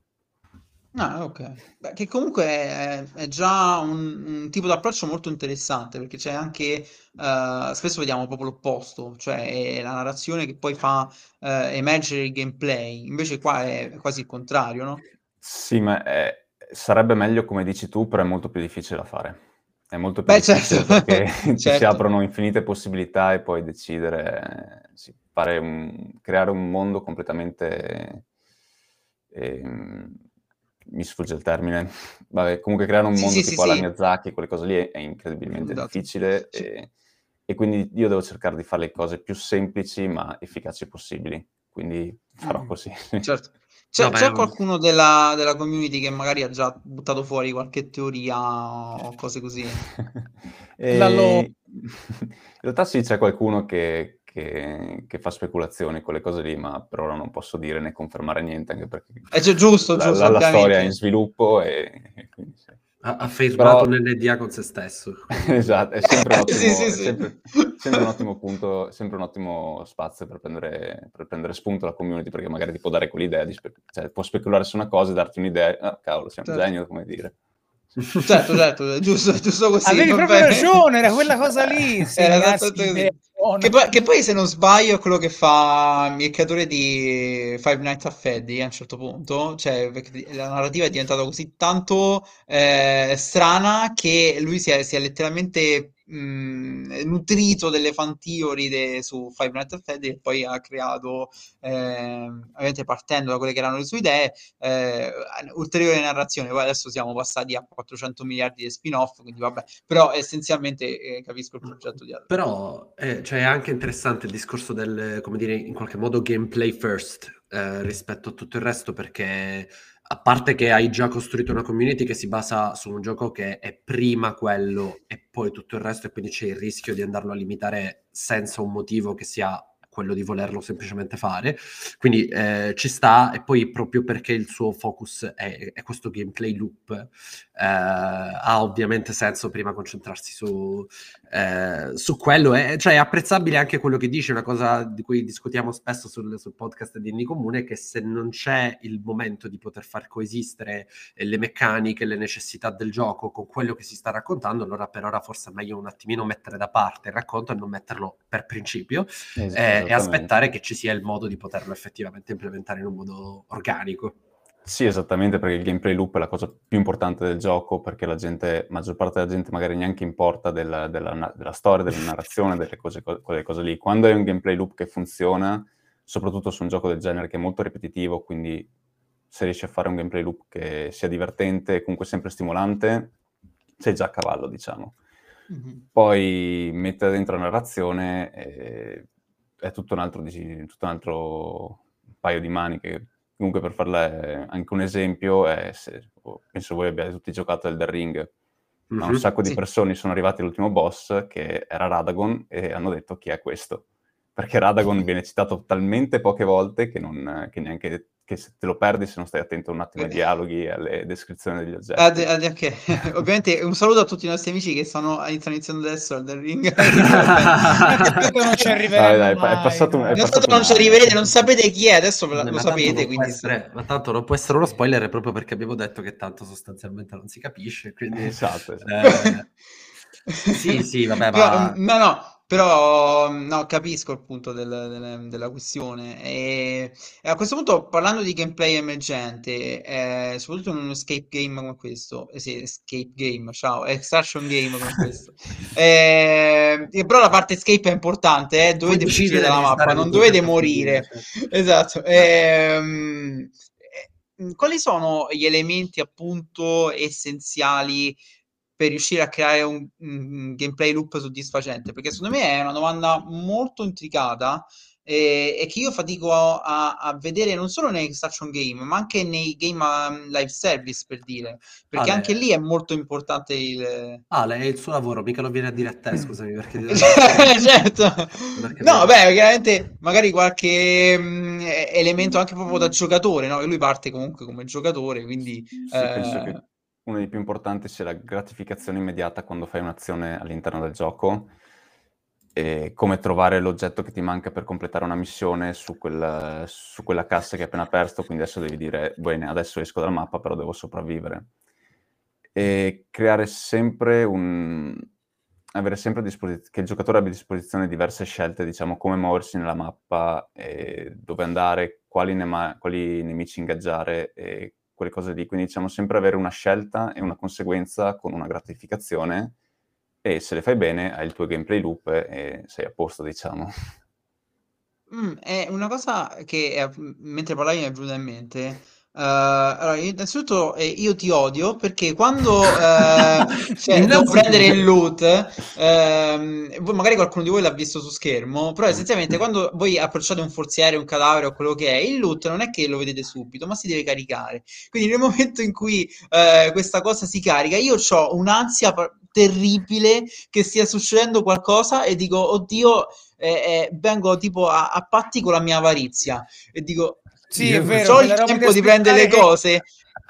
Ah, ok. Beh, che comunque è, è già un, un tipo di approccio molto interessante, perché c'è anche, eh, spesso vediamo proprio l'opposto, cioè è la narrazione che poi fa eh, emergere il gameplay, invece qua è quasi il contrario, no? Sì, ma è- sarebbe meglio come dici tu, però è molto più difficile da fare. È molto più Beh, certo, difficile perché ti si certo. aprono infinite possibilità e puoi decidere, eh, sì, fare un- creare un mondo completamente... ehm, mi sfugge il termine. Vabbè, comunque creare un Sì, mondo sì, sì, tipo alla sì, Miyazaki, quelle cose lì, è, è incredibilmente esatto. difficile, Ci- e, e quindi io devo cercare di fare le cose più semplici ma efficaci possibili. Quindi farò Mm, così. certo. No, C'è beh, c'è un- qualcuno della, della community che magari ha già buttato fuori qualche teoria o cose così? La lo... E in realtà sì, c'è qualcuno che, che- che fa speculazioni con le cose lì, ma per ora non posso dire né confermare niente, anche perché Eh, cioè, giusto, la, giusto, la- la storia è in ovviamente. sviluppo e, e quindi sì. ha, ha firmato Però un N D A con se stesso, quindi... esatto, è sempre un Sì, ottimo, sì, è sì. sempre, sempre un ottimo punto, sempre un ottimo spazio per prendere, per prendere spunto la community, perché magari ti può dare quell'idea, di spe- cioè può speculare su una cosa e darti un'idea, ah cavolo, sei un Certo, genio, come dire. certo, certo, è giusto, è giusto così, Avevi va proprio bene. ragione, era quella cosa lì, Era segnarsi esattamente l'idea così. Che buona. poi, che poi, se non sbaglio, è quello che fa il creatore di Five Nights at Freddy a un certo punto. Cioè, perché la narrativa è diventata così tanto eh, strana che lui si è, si è letteralmente mh, nutrito delle fan theory de- su Five Nights at Freddy, e poi ha creato, ehm, ovviamente partendo da quelle che erano le sue idee, eh, ulteriore narrazione. Poi adesso siamo passati a quattrocento miliardi di spin-off, quindi vabbè, però essenzialmente eh, capisco il progetto dietro. Però eh, cioè, è anche interessante il discorso del, come dire, in qualche modo gameplay first eh, rispetto a tutto il resto, perché a parte che hai già costruito una community che si basa su un gioco che è prima quello e poi tutto il resto, e quindi c'è il rischio di andarlo a limitare senza un motivo che sia quello di volerlo semplicemente fare, quindi eh, ci sta. E poi proprio perché il suo focus è, è questo gameplay loop, eh, ha ovviamente senso prima concentrarsi su, eh, su quello. È, cioè, è apprezzabile anche quello che dice, una cosa di cui discutiamo spesso sul, sul podcast di Indie Comune, che se non c'è il momento di poter far coesistere eh, le meccaniche, le necessità del gioco con quello che si sta raccontando, allora per ora forse è meglio un attimino mettere da parte il racconto e non metterlo per principio, Es- eh, e esattamente. aspettare che ci sia il modo di poterlo effettivamente implementare in un modo organico. Sì, esattamente, perché il gameplay loop è la cosa più importante del gioco, perché la gente, maggior parte della gente magari neanche importa della, della na- della storia, della narrazione, delle cose, co- quelle cose lì. Quando hai un gameplay loop che funziona, soprattutto su un gioco del genere che è molto ripetitivo, quindi se riesci a fare un gameplay loop che sia divertente e comunque sempre stimolante, sei già a cavallo, diciamo. Mm-hmm. Poi mettere dentro la narrazione eh, è tutto un altro, tutto un altro paio di maniche. Comunque, per farle anche un esempio, è, se, penso voi abbiate tutti giocato Elden Ring, ma un Mhm. sacco di Sì. persone sono arrivati all'ultimo boss, che era Radagon, e hanno detto chi è questo. Perché Radagon viene citato talmente poche volte che, non, che neanche che se te lo perdi se non stai attento un attimo ai dialoghi e alle descrizioni degli oggetti. Ad, ad, okay. Ovviamente un saluto a tutti i nostri amici che stanno iniziano iniziando adesso al Ring. Tanto non ci arriveremo Dai, dai, mai, è passato un- è dai. Non, passato non un ci anno. arriverete, non sapete chi è, adesso Vabbè, lo ma tanto sapete, non può quindi essere, ma tanto non può essere uno spoiler proprio perché abbiamo detto che tanto sostanzialmente non si capisce, quindi Esatto, esatto. eh, sì, sì, vabbè, Però, ma no, no, però no, capisco il punto del- del- della questione. E, e a questo punto, parlando di gameplay emergente, eh, soprattutto in un escape game come questo, eh sì, escape game, ciao, extraction game come questo, eh, e però la parte escape è importante, eh, puoi dovete fuggire decidere dalla di mappa, stare non tutto il dovete tempo a fuggire, morire. cioè. Esatto. Ehm, eh, quali sono gli elementi appunto essenziali per riuscire a creare un, un gameplay loop soddisfacente? Perché secondo me è una domanda molto intricata e, e che io fatico a, a vedere non solo nei extraction game, ma anche nei game um, live service, per dire, perché anche Ale, lì è molto importante il... Ale, è il suo lavoro, mica lo viene a dire a te, scusami, perché ti dovrebbe essere Certo, perché no, vedi. beh, chiaramente magari qualche mm, e- elemento anche proprio da giocatore, no? Che lui parte comunque come giocatore, quindi Sì, penso eh, che uno dei più importanti sia la gratificazione immediata quando fai un'azione all'interno del gioco, e come trovare l'oggetto che ti manca per completare una missione su, quel, su quella cassa che hai appena perso, quindi adesso devi dire, bene, adesso esco dalla mappa, però devo sopravvivere. E creare sempre un... avere sempre a disposizione, che il giocatore abbia a disposizione diverse scelte, diciamo, come muoversi nella mappa, e dove andare, quali, nema- quali nemici ingaggiare e quelle cose lì. Quindi diciamo sempre avere una scelta e una conseguenza con una gratificazione, e se le fai bene hai il tuo gameplay loop e sei a posto, diciamo. mm, è una cosa che eh, m- mentre parlavi mi è venuta in mente. Eh, allora, io- innanzitutto eh, io ti odio perché quando eh, cioè, devo prendere il Innanzitutto, loot, ehm, voi- magari qualcuno di voi l'ha visto su schermo, però essenzialmente quando voi approcciate un forziere, un cadavere o quello che è, il loot non è che lo vedete subito, ma si deve caricare. Quindi nel momento in cui eh, questa cosa si carica, io ho un'ansia pa- terribile che stia succedendo qualcosa e dico, oddio, eh, eh, vengo tipo a, a patti con la mia avarizia e dico, Sì, è vero, c'ho il quella roba di tempo di prendere aspettare le che cose.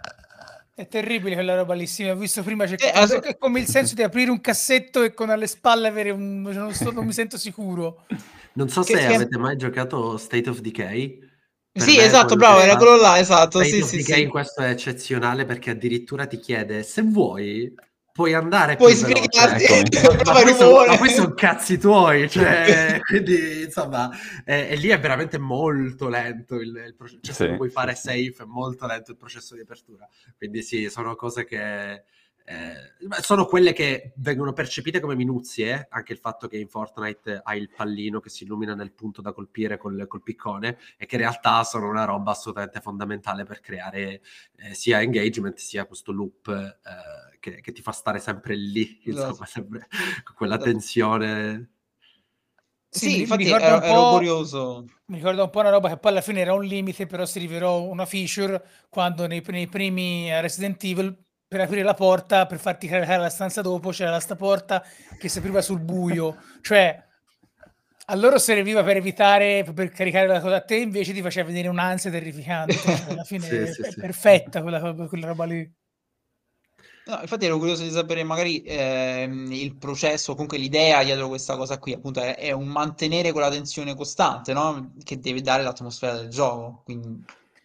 è terribile quella roba lì. Sì, ho visto prima, c'è Eh, è ass- è come il senso di aprire un cassetto e con alle spalle avere un... non, sto- non mi sento sicuro. non so che, se che- avete mai giocato State of Decay. Per Sì, me esatto, quello bravo, che era fa quello là, esatto, State sì, of sì, Decay sì. in questo è eccezionale perché addirittura ti chiede se vuoi puoi andare Puoi più veloce. spiegarti, Eccomi. Ma, ma brava poi sono, ma Rumore. poi son cazzi tuoi, cioè, quindi insomma, e, e lì è veramente molto lento il, il processo, cioè se non Sì, vuoi sì, fare sì. safe è molto lento il processo di apertura, quindi sì, sono cose che eh, sono quelle che vengono percepite come minuzie, anche il fatto che in Fortnite hai il pallino che si illumina nel punto da colpire col, col piccone e che in realtà sono una roba assolutamente fondamentale per creare eh, sia engagement sia questo loop eh, che, che ti fa stare sempre lì, Esatto, insomma, sempre con quella esatto. tensione. Sì, mi, Sì, ri- mi infatti ricorda ero, un ero po', curioso. mi ricorda un po' una roba che poi alla fine era un limite, però si rivelò una feature quando nei, nei primi eh, Resident Evil, per aprire la porta, per farti caricare la stanza dopo, c'era sta porta che si apriva sul buio. Cioè, a loro serviva per evitare, per caricare la cosa a te, invece ti faceva vedere un'ansia terrificante. Cioè, alla Sì, fine sì, è sì. perfetta quella, quella roba lì. No, infatti ero curioso di sapere magari ehm, il processo, comunque l'idea dietro questa cosa qui, appunto, è, è un mantenere quella tensione costante, no? Che deve dare l'atmosfera del gioco. Quindi...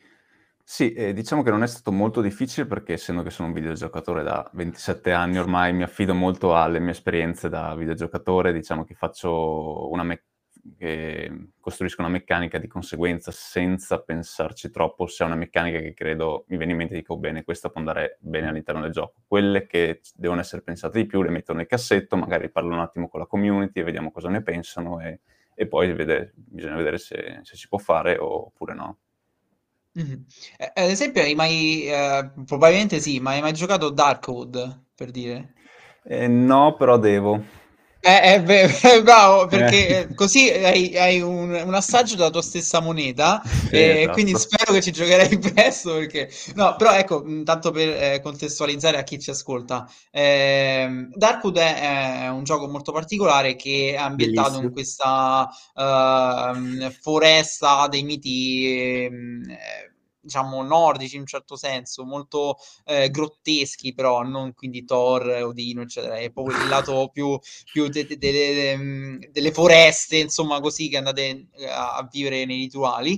Sì, eh, diciamo che non è stato molto difficile perché essendo che sono un videogiocatore da ventisette anni ormai mi affido molto alle mie esperienze da videogiocatore, diciamo che faccio una me- che costruisco una meccanica di conseguenza senza pensarci troppo, se è una meccanica che credo mi viene in mente e dico bene, questa può andare bene all'interno del gioco. Quelle che devono essere pensate di più le metto nel cassetto, magari parlo un attimo con la community e vediamo cosa ne pensano e, e poi vede- bisogna vedere se, se si può fare oppure no. Mhm. Eh, ad esempio, hai mai, eh, probabilmente sì, ma hai mai giocato Darkwood, per dire? Eh, no, però devo. Eh, eh, beh, eh, bravo, perché Eh. eh, così hai, hai un, un assaggio della tua stessa moneta, Sì, e quindi esatto. spero che ci giocherai presto, perché... No, però ecco, mh, tanto per eh, contestualizzare a chi ci ascolta, ehm, Darkwood è, è un gioco molto particolare che è ambientato in Bellissimo. questa ehm, foresta dei miti, ehm, eh, diciamo, nordici in un certo senso, molto eh, grotteschi, però non quindi Thor, Odino, eccetera, è proprio il lato più più de- de- delle, mm, delle foreste, insomma, così che andate eh, a, a vivere nei rituali.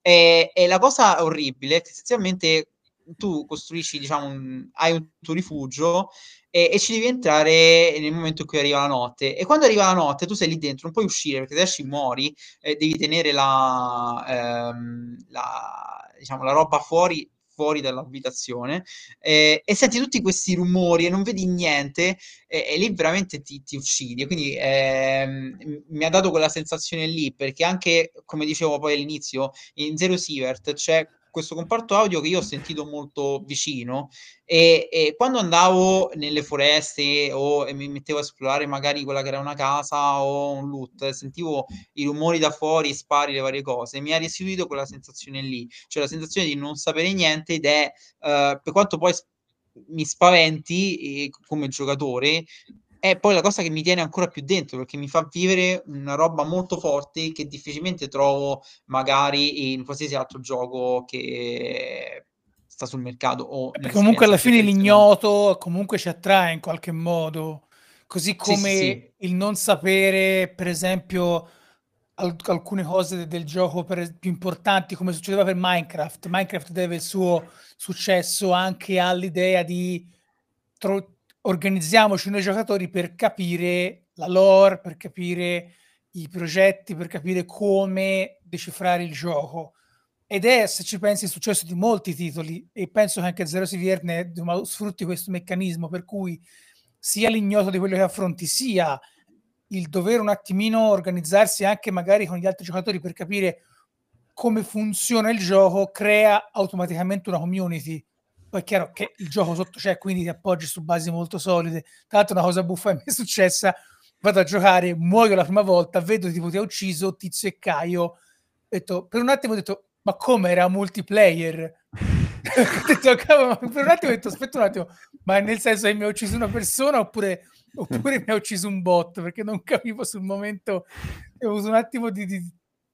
E, e la cosa orribile è che essenzialmente tu costruisci, diciamo, un- hai un tuo rifugio e, e ci devi entrare nel momento in cui arriva la notte. E quando arriva la notte, tu sei lì dentro, non puoi uscire perché se esci muori, eh, devi tenere la, ehm, la, diciamo, la roba fuori fuori dall'abitazione eh, e senti tutti questi rumori e non vedi niente e, e lì veramente ti, ti uccidi. Quindi ehm, m- mi ha dato quella sensazione lì, perché anche, come dicevo poi all'inizio, in Zero Sievert c'è questo comparto audio che io ho sentito molto vicino e, e quando andavo nelle foreste o e mi mettevo a esplorare magari quella che era una casa o un loot, sentivo i rumori da fuori, spari, le varie cose, mi ha restituito quella sensazione lì, cioè la sensazione di non sapere niente ed è, eh, per quanto poi mi spaventi eh, come giocatore, è poi la cosa che mi tiene ancora più dentro perché mi fa vivere una roba molto forte che difficilmente trovo magari in qualsiasi altro gioco che sta sul mercato o Perché comunque nell'esperienza alla più fine tradizionale. l'ignoto comunque ci attrae in qualche modo, così Sì, sì, sì. come il non sapere, per esempio, al- alcune cose de- del gioco per es- più importanti, come succedeva per Minecraft. Minecraft deve il suo successo anche all'idea di tro- organizziamoci noi giocatori per capire la lore, per capire i progetti, per capire come decifrare il gioco. Ed è, se ci pensi, il successo di molti titoli, e penso che anche Zero Sivier ne diciamo, sfrutti questo meccanismo, per cui sia l'ignoto di quello che affronti, sia il dover un attimino organizzarsi anche magari con gli altri giocatori per capire come funziona il gioco, crea automaticamente una community. Poi è chiaro che il gioco sotto c'è, quindi ti appoggi su basi molto solide. Tra l'altro una cosa buffa che mi è successa, vado a giocare, muoio la prima volta, vedo tipo ti ha ucciso Tizio e Caio, ho detto, per un attimo ho detto, ma come era multiplayer? Ho detto, "Cavolo", ma per un attimo ho detto, aspetta un attimo, ma nel senso che mi ha ucciso una persona oppure, oppure mi ha ucciso un bot? Perché non capivo sul momento, ho avuto un attimo di, di,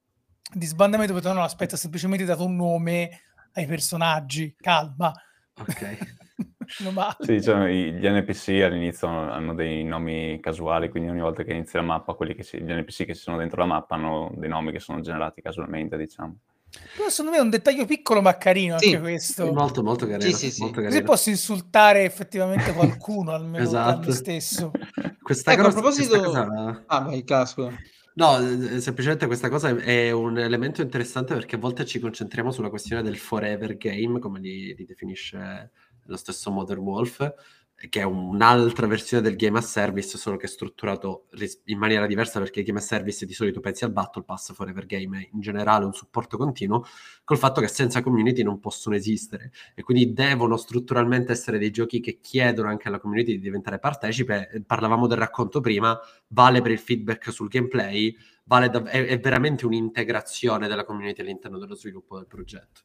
di sbandamento, ho detto, no, no, aspetta, ho semplicemente dato un nome ai personaggi, calma. Ok. Meno male. Sì, cioè, i- gli N P C all'inizio hanno dei nomi casuali, quindi ogni volta che inizia la mappa, quelli che si, gli N P C che ci sono dentro la mappa hanno dei nomi che sono generati casualmente, diciamo. Però secondo me è un dettaglio piccolo ma carino anche Sì, questo. Molto, molto sì, carino, sì, molto sì. Così carino. posso insultare effettivamente qualcuno, almeno tra me Esatto. stesso. Questa Ecco, a cosa, questa proposito... cosa... Ah, vai, Cla, scusa. No, eh, semplicemente questa cosa è è un elemento interessante perché a volte ci concentriamo sulla questione del forever game, come li, li definisce lo stesso Modern Wolf, che è un'altra versione del game as service, solo che è strutturato ris- in maniera diversa perché il game as service di solito pensi al Battle Pass, forever game è in generale un supporto continuo, col fatto che senza community non possono esistere e quindi devono strutturalmente essere dei giochi che chiedono anche alla community di diventare partecipe. Eh, Parlavamo del racconto prima, vale per il feedback sul gameplay, vale dav- è, è veramente un'integrazione della community all'interno dello sviluppo del progetto.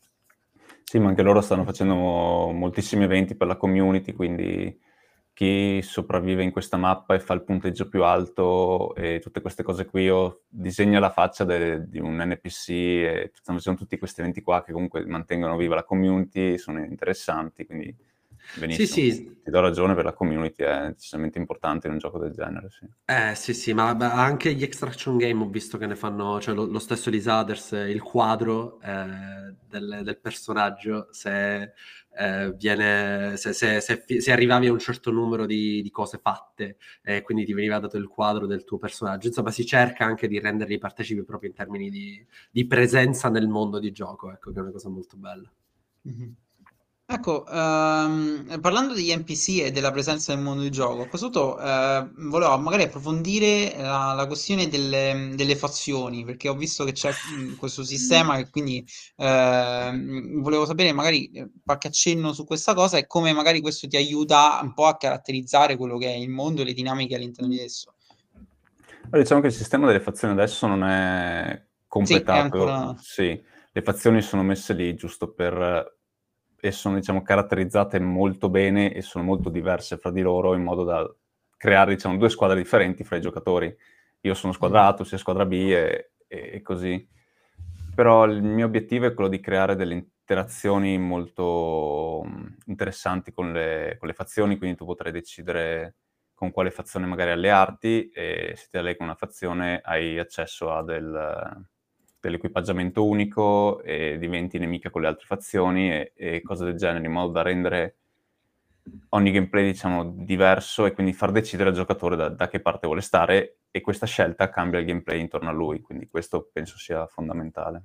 Sì, ma anche loro stanno facendo moltissimi eventi per la community, quindi chi sopravvive in questa mappa e fa il punteggio più alto e tutte queste cose qui, o disegna la faccia de- di un N P C e stanno facendo tutti questi eventi qua che comunque mantengono viva la community, sono interessanti, quindi Sì, benissimo. sì, Ti do ragione, per la community è decisamente importante in un gioco del genere, sì. eh, sì, sì, ma beh, anche gli extraction game ho visto che ne fanno, cioè lo, lo stesso Elise Others, eh, il quadro eh, del, del personaggio, se, eh, viene, se, se, se, fi- se arrivavi a un certo numero di, di cose fatte, e quindi ti veniva dato il quadro del tuo personaggio, insomma si cerca anche di renderli partecipi proprio in termini di, di presenza nel mondo di gioco, ecco, che è una cosa molto bella. Mhm. Ecco, ehm, parlando degli N P C e della presenza nel mondo di gioco, a questo punto eh, volevo magari approfondire la, la questione delle, delle fazioni, perché ho visto che c'è mh, questo sistema e quindi ehm, volevo sapere magari eh, qualche accenno su questa cosa e come magari questo ti aiuta un po' a caratterizzare quello che è il mondo e le dinamiche all'interno di esso. Allora, diciamo che il sistema delle fazioni adesso non è Sì, è completato, ancora... sì, le fazioni sono messe lì giusto per... e sono, diciamo, caratterizzate molto bene e sono molto diverse fra di loro in modo da creare, diciamo, due squadre differenti fra i giocatori. Io sono squadra A, tu sei squadra B e, e, e così. Però il mio obiettivo è quello di creare delle interazioni molto mh, interessanti con le, con le fazioni, quindi tu potrai decidere con quale fazione magari allearti e se ti allei con una fazione hai accesso a del, dell'equipaggiamento unico e diventi nemica con le altre fazioni e, e cose del genere, in modo da rendere ogni gameplay, diciamo, diverso e quindi far decidere al giocatore da, da che parte vuole stare e questa scelta cambia il gameplay intorno a lui, quindi questo penso sia fondamentale.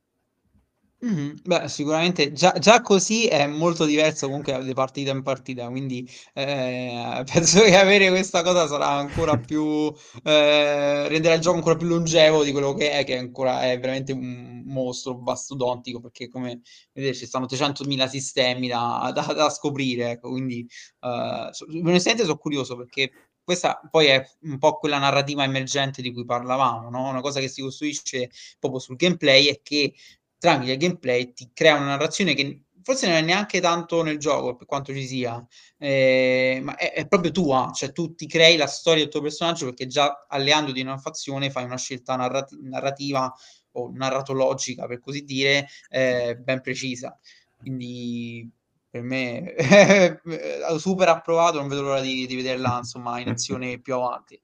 Mhm. Beh, sicuramente già, già così è molto diverso comunque di partita in partita, quindi eh, penso che avere questa cosa sarà ancora più, eh, renderà il gioco ancora più longevo di quello che è, che ancora è veramente un mostro mastodontico, perché come vedete ci stanno trecentomila sistemi da, da- da scoprire, ecco, quindi eh, so- onestamente sono curioso perché questa poi è un po' quella narrativa emergente di cui parlavamo, no? Una cosa che si costruisce proprio sul gameplay è che tramite il gameplay ti crea una narrazione che forse non è neanche tanto nel gioco per quanto ci sia, eh, ma è, è proprio tua, cioè tu ti crei la storia del tuo personaggio perché già alleandoti in una fazione fai una scelta narrat- narrativa o narratologica per così dire eh, ben precisa. Quindi per me è super approvato, non vedo l'ora di, di vederla insomma in azione più avanti.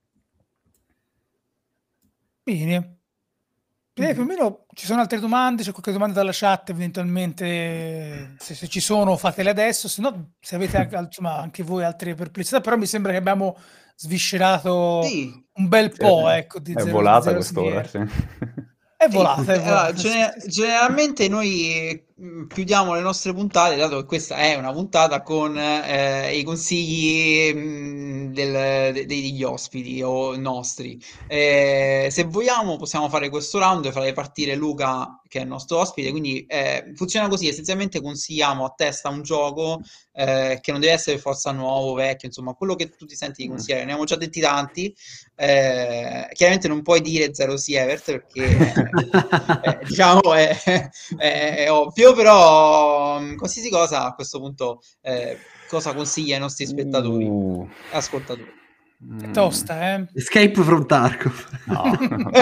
Bene. Eh, più o Mhm. meno ci sono altre domande, c'è qualche domanda dalla chat, eventualmente se, se ci sono fatele adesso, se no se avete anche, insomma, anche voi altre perplessità, però mi sembra che abbiamo sviscerato Sì, un bel Sì, po', ecco, di è zero, di volata zero sei quest'ora, R. sì. È sì, volata, è eh, allora, volata, sì, gene- sì, sì. generalmente noi mh, chiudiamo le nostre puntate, dato che questa è una puntata con eh, i consigli mh, del- de- degli ospiti o nostri. Eh, se vogliamo possiamo fare questo round e fare partire Luca, che è il nostro ospite, quindi eh, funziona così, essenzialmente consigliamo a testa un gioco eh, che non deve essere per forza nuovo, vecchio, insomma, quello che tu ti senti di Mm. consigliare. Ne abbiamo già detti tanti. Eh, chiaramente non puoi dire zero Sievert perché eh, eh, diciamo è, è- è ovvio, però mh, qualsiasi cosa a questo punto eh, cosa consiglia ai nostri spettatori Uh. e ascoltatori? È Mm. tosta, eh? Escape from Tarkov. No.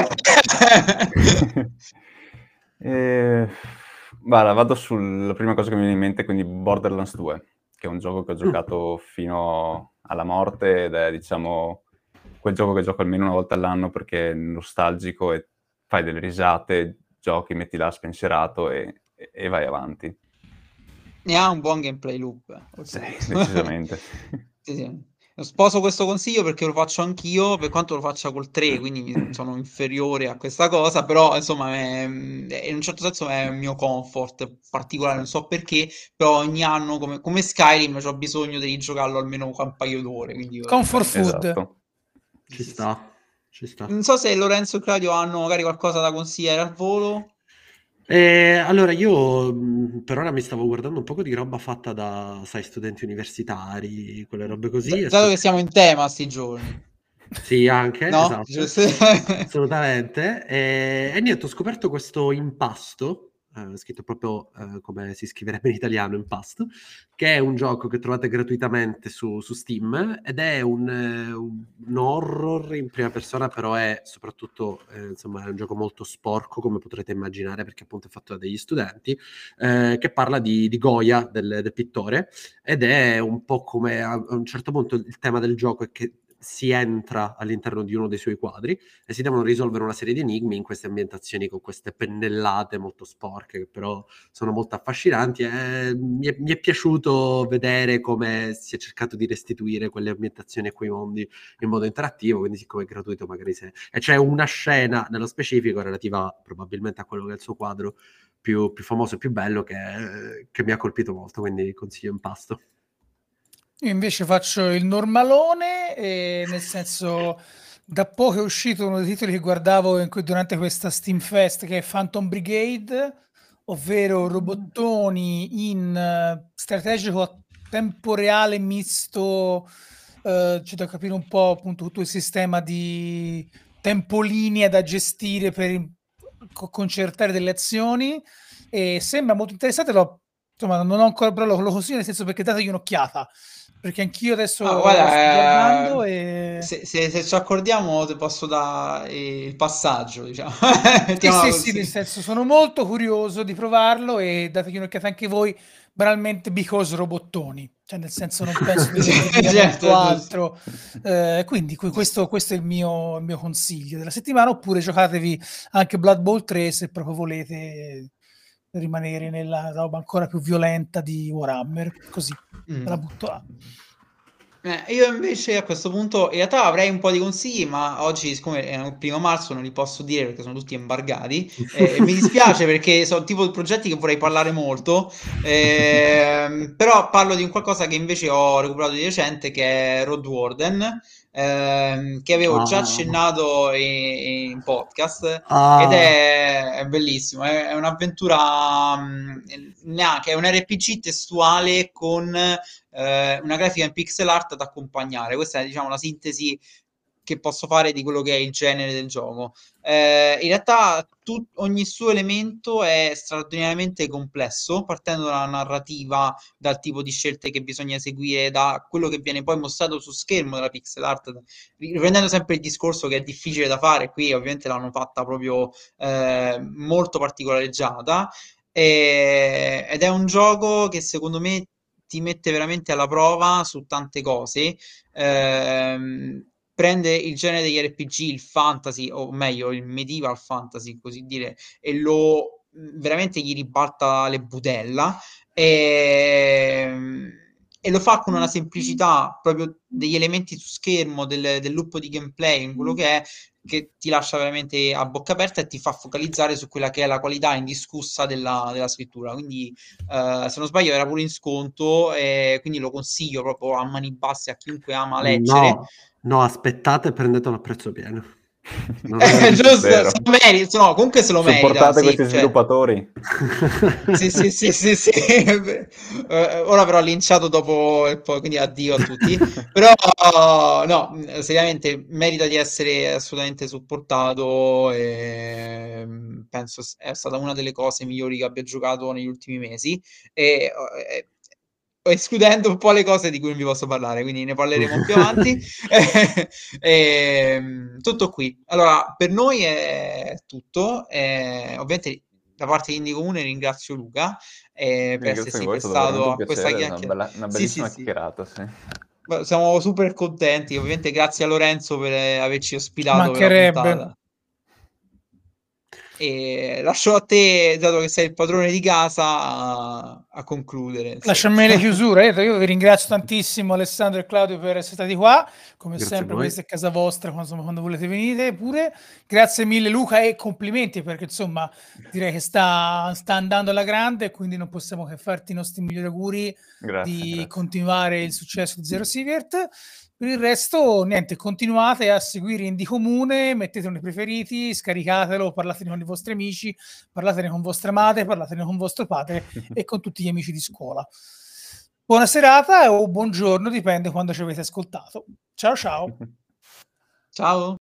Eh, guarda, vado sulla prima cosa che mi viene in mente, quindi Borderlands due, che è un gioco che ho giocato fino alla morte ed è, diciamo, quel gioco che gioco almeno una volta all'anno perché è nostalgico e fai delle risate, giochi, metti là spensierato e, e- e vai avanti. Ne ha un buon gameplay loop, Sì, oltretutto. decisamente. Sì, sì. Sposo questo consiglio perché lo faccio anch'io, per quanto lo faccia col tre, quindi mi- sono inferiore a questa cosa, però insomma è- è- in un certo senso è un mio comfort particolare, non so perché, però ogni anno come, come Skyrim ho bisogno di giocarlo almeno un paio d'ore, quindi va Comfort bene così. food. Esatto. Ci Sì, sì. sta, ci sta. Non so se Lorenzo e Claudio hanno magari qualcosa da consigliare al volo. Eh, allora, io mh, per ora mi stavo guardando un po' di roba fatta da, sai, studenti universitari, quelle robe così. D- e dato sto- che siamo in tema sti giorni, Sì, anche, no? esatto, Giusto? assolutamente. E, e niente, ho scoperto questo impasto, eh, scritto proprio eh, come si scriverebbe in italiano, impasto, che è un gioco che trovate gratuitamente su, su Steam ed è un, eh, un- un horror in prima persona, però è soprattutto, eh, insomma, è un gioco molto sporco, come potrete immaginare, perché appunto è fatto da degli studenti, eh, che parla di, di Goya, del, del pittore, ed è un po' come a, a un certo punto il tema del gioco è che si entra all'interno di uno dei suoi quadri e si devono risolvere una serie di enigmi in queste ambientazioni con queste pennellate molto sporche che però sono molto affascinanti e mi è, mi è piaciuto vedere come si è cercato di restituire quelle ambientazioni e quei mondi in modo interattivo, quindi siccome è gratuito magari se... E c'è una scena nello specifico relativa probabilmente a quello che è il suo quadro più, più famoso e più bello che, che mi ha colpito molto, quindi consiglio in pasto. Io invece faccio il normalone, e nel senso, da poco è uscito uno dei titoli che guardavo in cui- durante questa Steam Fest, che è Phantom Brigade, ovvero robottoni in eh, strategico a tempo reale misto, eh, c'è da capire un po' appunto tutto il sistema di tempo linea da gestire per in- co- concertare delle azioni, e sembra molto interessante. Lo, insomma, non ho ancora, però lo, lo consiglio, nel senso, perché dategli un'occhiata, perché anch'io adesso Ah, lo sto guarda, guardando eh, e... se, se- se ci accordiamo ti posso dare il passaggio, diciamo, Sì, mettiamola sì, sì, nel così. senso, sono molto curioso di provarlo, e dategli un'occhiata anche voi, banalmente because robottoni, cioè nel senso non penso di dovervi dire Certo, molto è giusto. altro, eh, quindi que- questo, questo è il mio, il mio consiglio della settimana, oppure giocatevi anche Blood Bowl tre se proprio volete rimanere nella roba ancora più violenta di Warhammer, così, me la Mm. butto là. Eh, io invece a questo punto in realtà avrei un po' di consigli, ma oggi, siccome è il primo marzo, non li posso dire perché sono tutti embargati. Eh, mi dispiace perché sono tipo di progetti che vorrei parlare molto, ehm, però parlo di un qualcosa che invece ho recuperato di recente, che è Road Warden, ehm, che avevo già Ah, accennato in, in podcast. Ed ah, è, è bellissimo, è, è un'avventura, mh, neanche, è un R P G testuale con eh, una grafica in pixel art ad accompagnare. Questa è, diciamo, la sintesi che posso fare di quello che è il genere del gioco. Eh, in realtà tu- ogni suo elemento è straordinariamente complesso, partendo dalla narrativa, dal tipo di scelte che bisogna eseguire, da quello che viene poi mostrato su schermo della pixel art, riprendendo sempre il discorso che è difficile da fare. Qui ovviamente l'hanno fatta proprio eh, molto particolareggiata. E- ed è un gioco che secondo me ti mette veramente alla prova su tante cose. Ehm, prende il genere degli R P G, il fantasy, o meglio, il medieval fantasy, così dire, e lo veramente gli ribalta le budella. E, e lo fa con una semplicità proprio degli elementi su schermo, del, del loop di gameplay, in quello che è, che ti lascia veramente a bocca aperta e ti fa focalizzare su quella che è la qualità indiscussa della, della scrittura. Quindi, eh, se non sbaglio, era pure in sconto, e quindi lo consiglio proprio a mani basse a chiunque ama leggere. no, no, aspettate e prendetelo a prezzo pieno. Non Eh, ragionate. giusto, se Vero. lo merita, no, comunque se lo merita, Supportate sì, questi cioè, sviluppatori. sì, sì, sì, sì, sì. Eh, ora però ho linciato dopo il po', quindi addio a tutti. Però no, mh, seriamente merita di essere assolutamente supportato, e mh, penso s- è stata una delle cose migliori che abbia giocato negli ultimi mesi. E, eh, escludendo un po' le cose di cui non vi posso parlare, quindi ne parleremo più avanti. Ehm, tutto qui. Allora, per noi è tutto. Eh, ovviamente da parte di Indie Comune ringrazio Luca eh, per Ringrazio essersi voi, è stato veramente prestato un a questa piacere, una, chiacchierata. bella- una Sì, sì, bellissima sì. chiacchierata, sì. Beh, siamo super contenti. Ovviamente grazie a Lorenzo per eh, averci Ci ospitato per la mancherebbe. puntata. E lascio a te, dato che sei il padrone di casa, a, a concludere, insomma. Lasciami le chiusure. Io io vi ringrazio tantissimo, Alessandro e Claudio, per essere stati qua. Come Grazie a sempre, voi. questa è casa vostra, quando, insomma, quando volete venire pure. Grazie mille Luca, e complimenti, perché insomma direi che sta, sta andando alla grande, quindi non possiamo che farti i nostri migliori auguri Grazie, di grazie. continuare il successo di Zero Sievert. Per il resto, niente, continuate a seguire Indie Comune, mettetelo nei preferiti, scaricatelo, parlatene con i vostri amici, parlatene con vostra madre, parlatene con vostro padre e con tutti gli amici di scuola. Buona serata o buongiorno, dipende quando ci avete ascoltato. Ciao ciao. Ciao.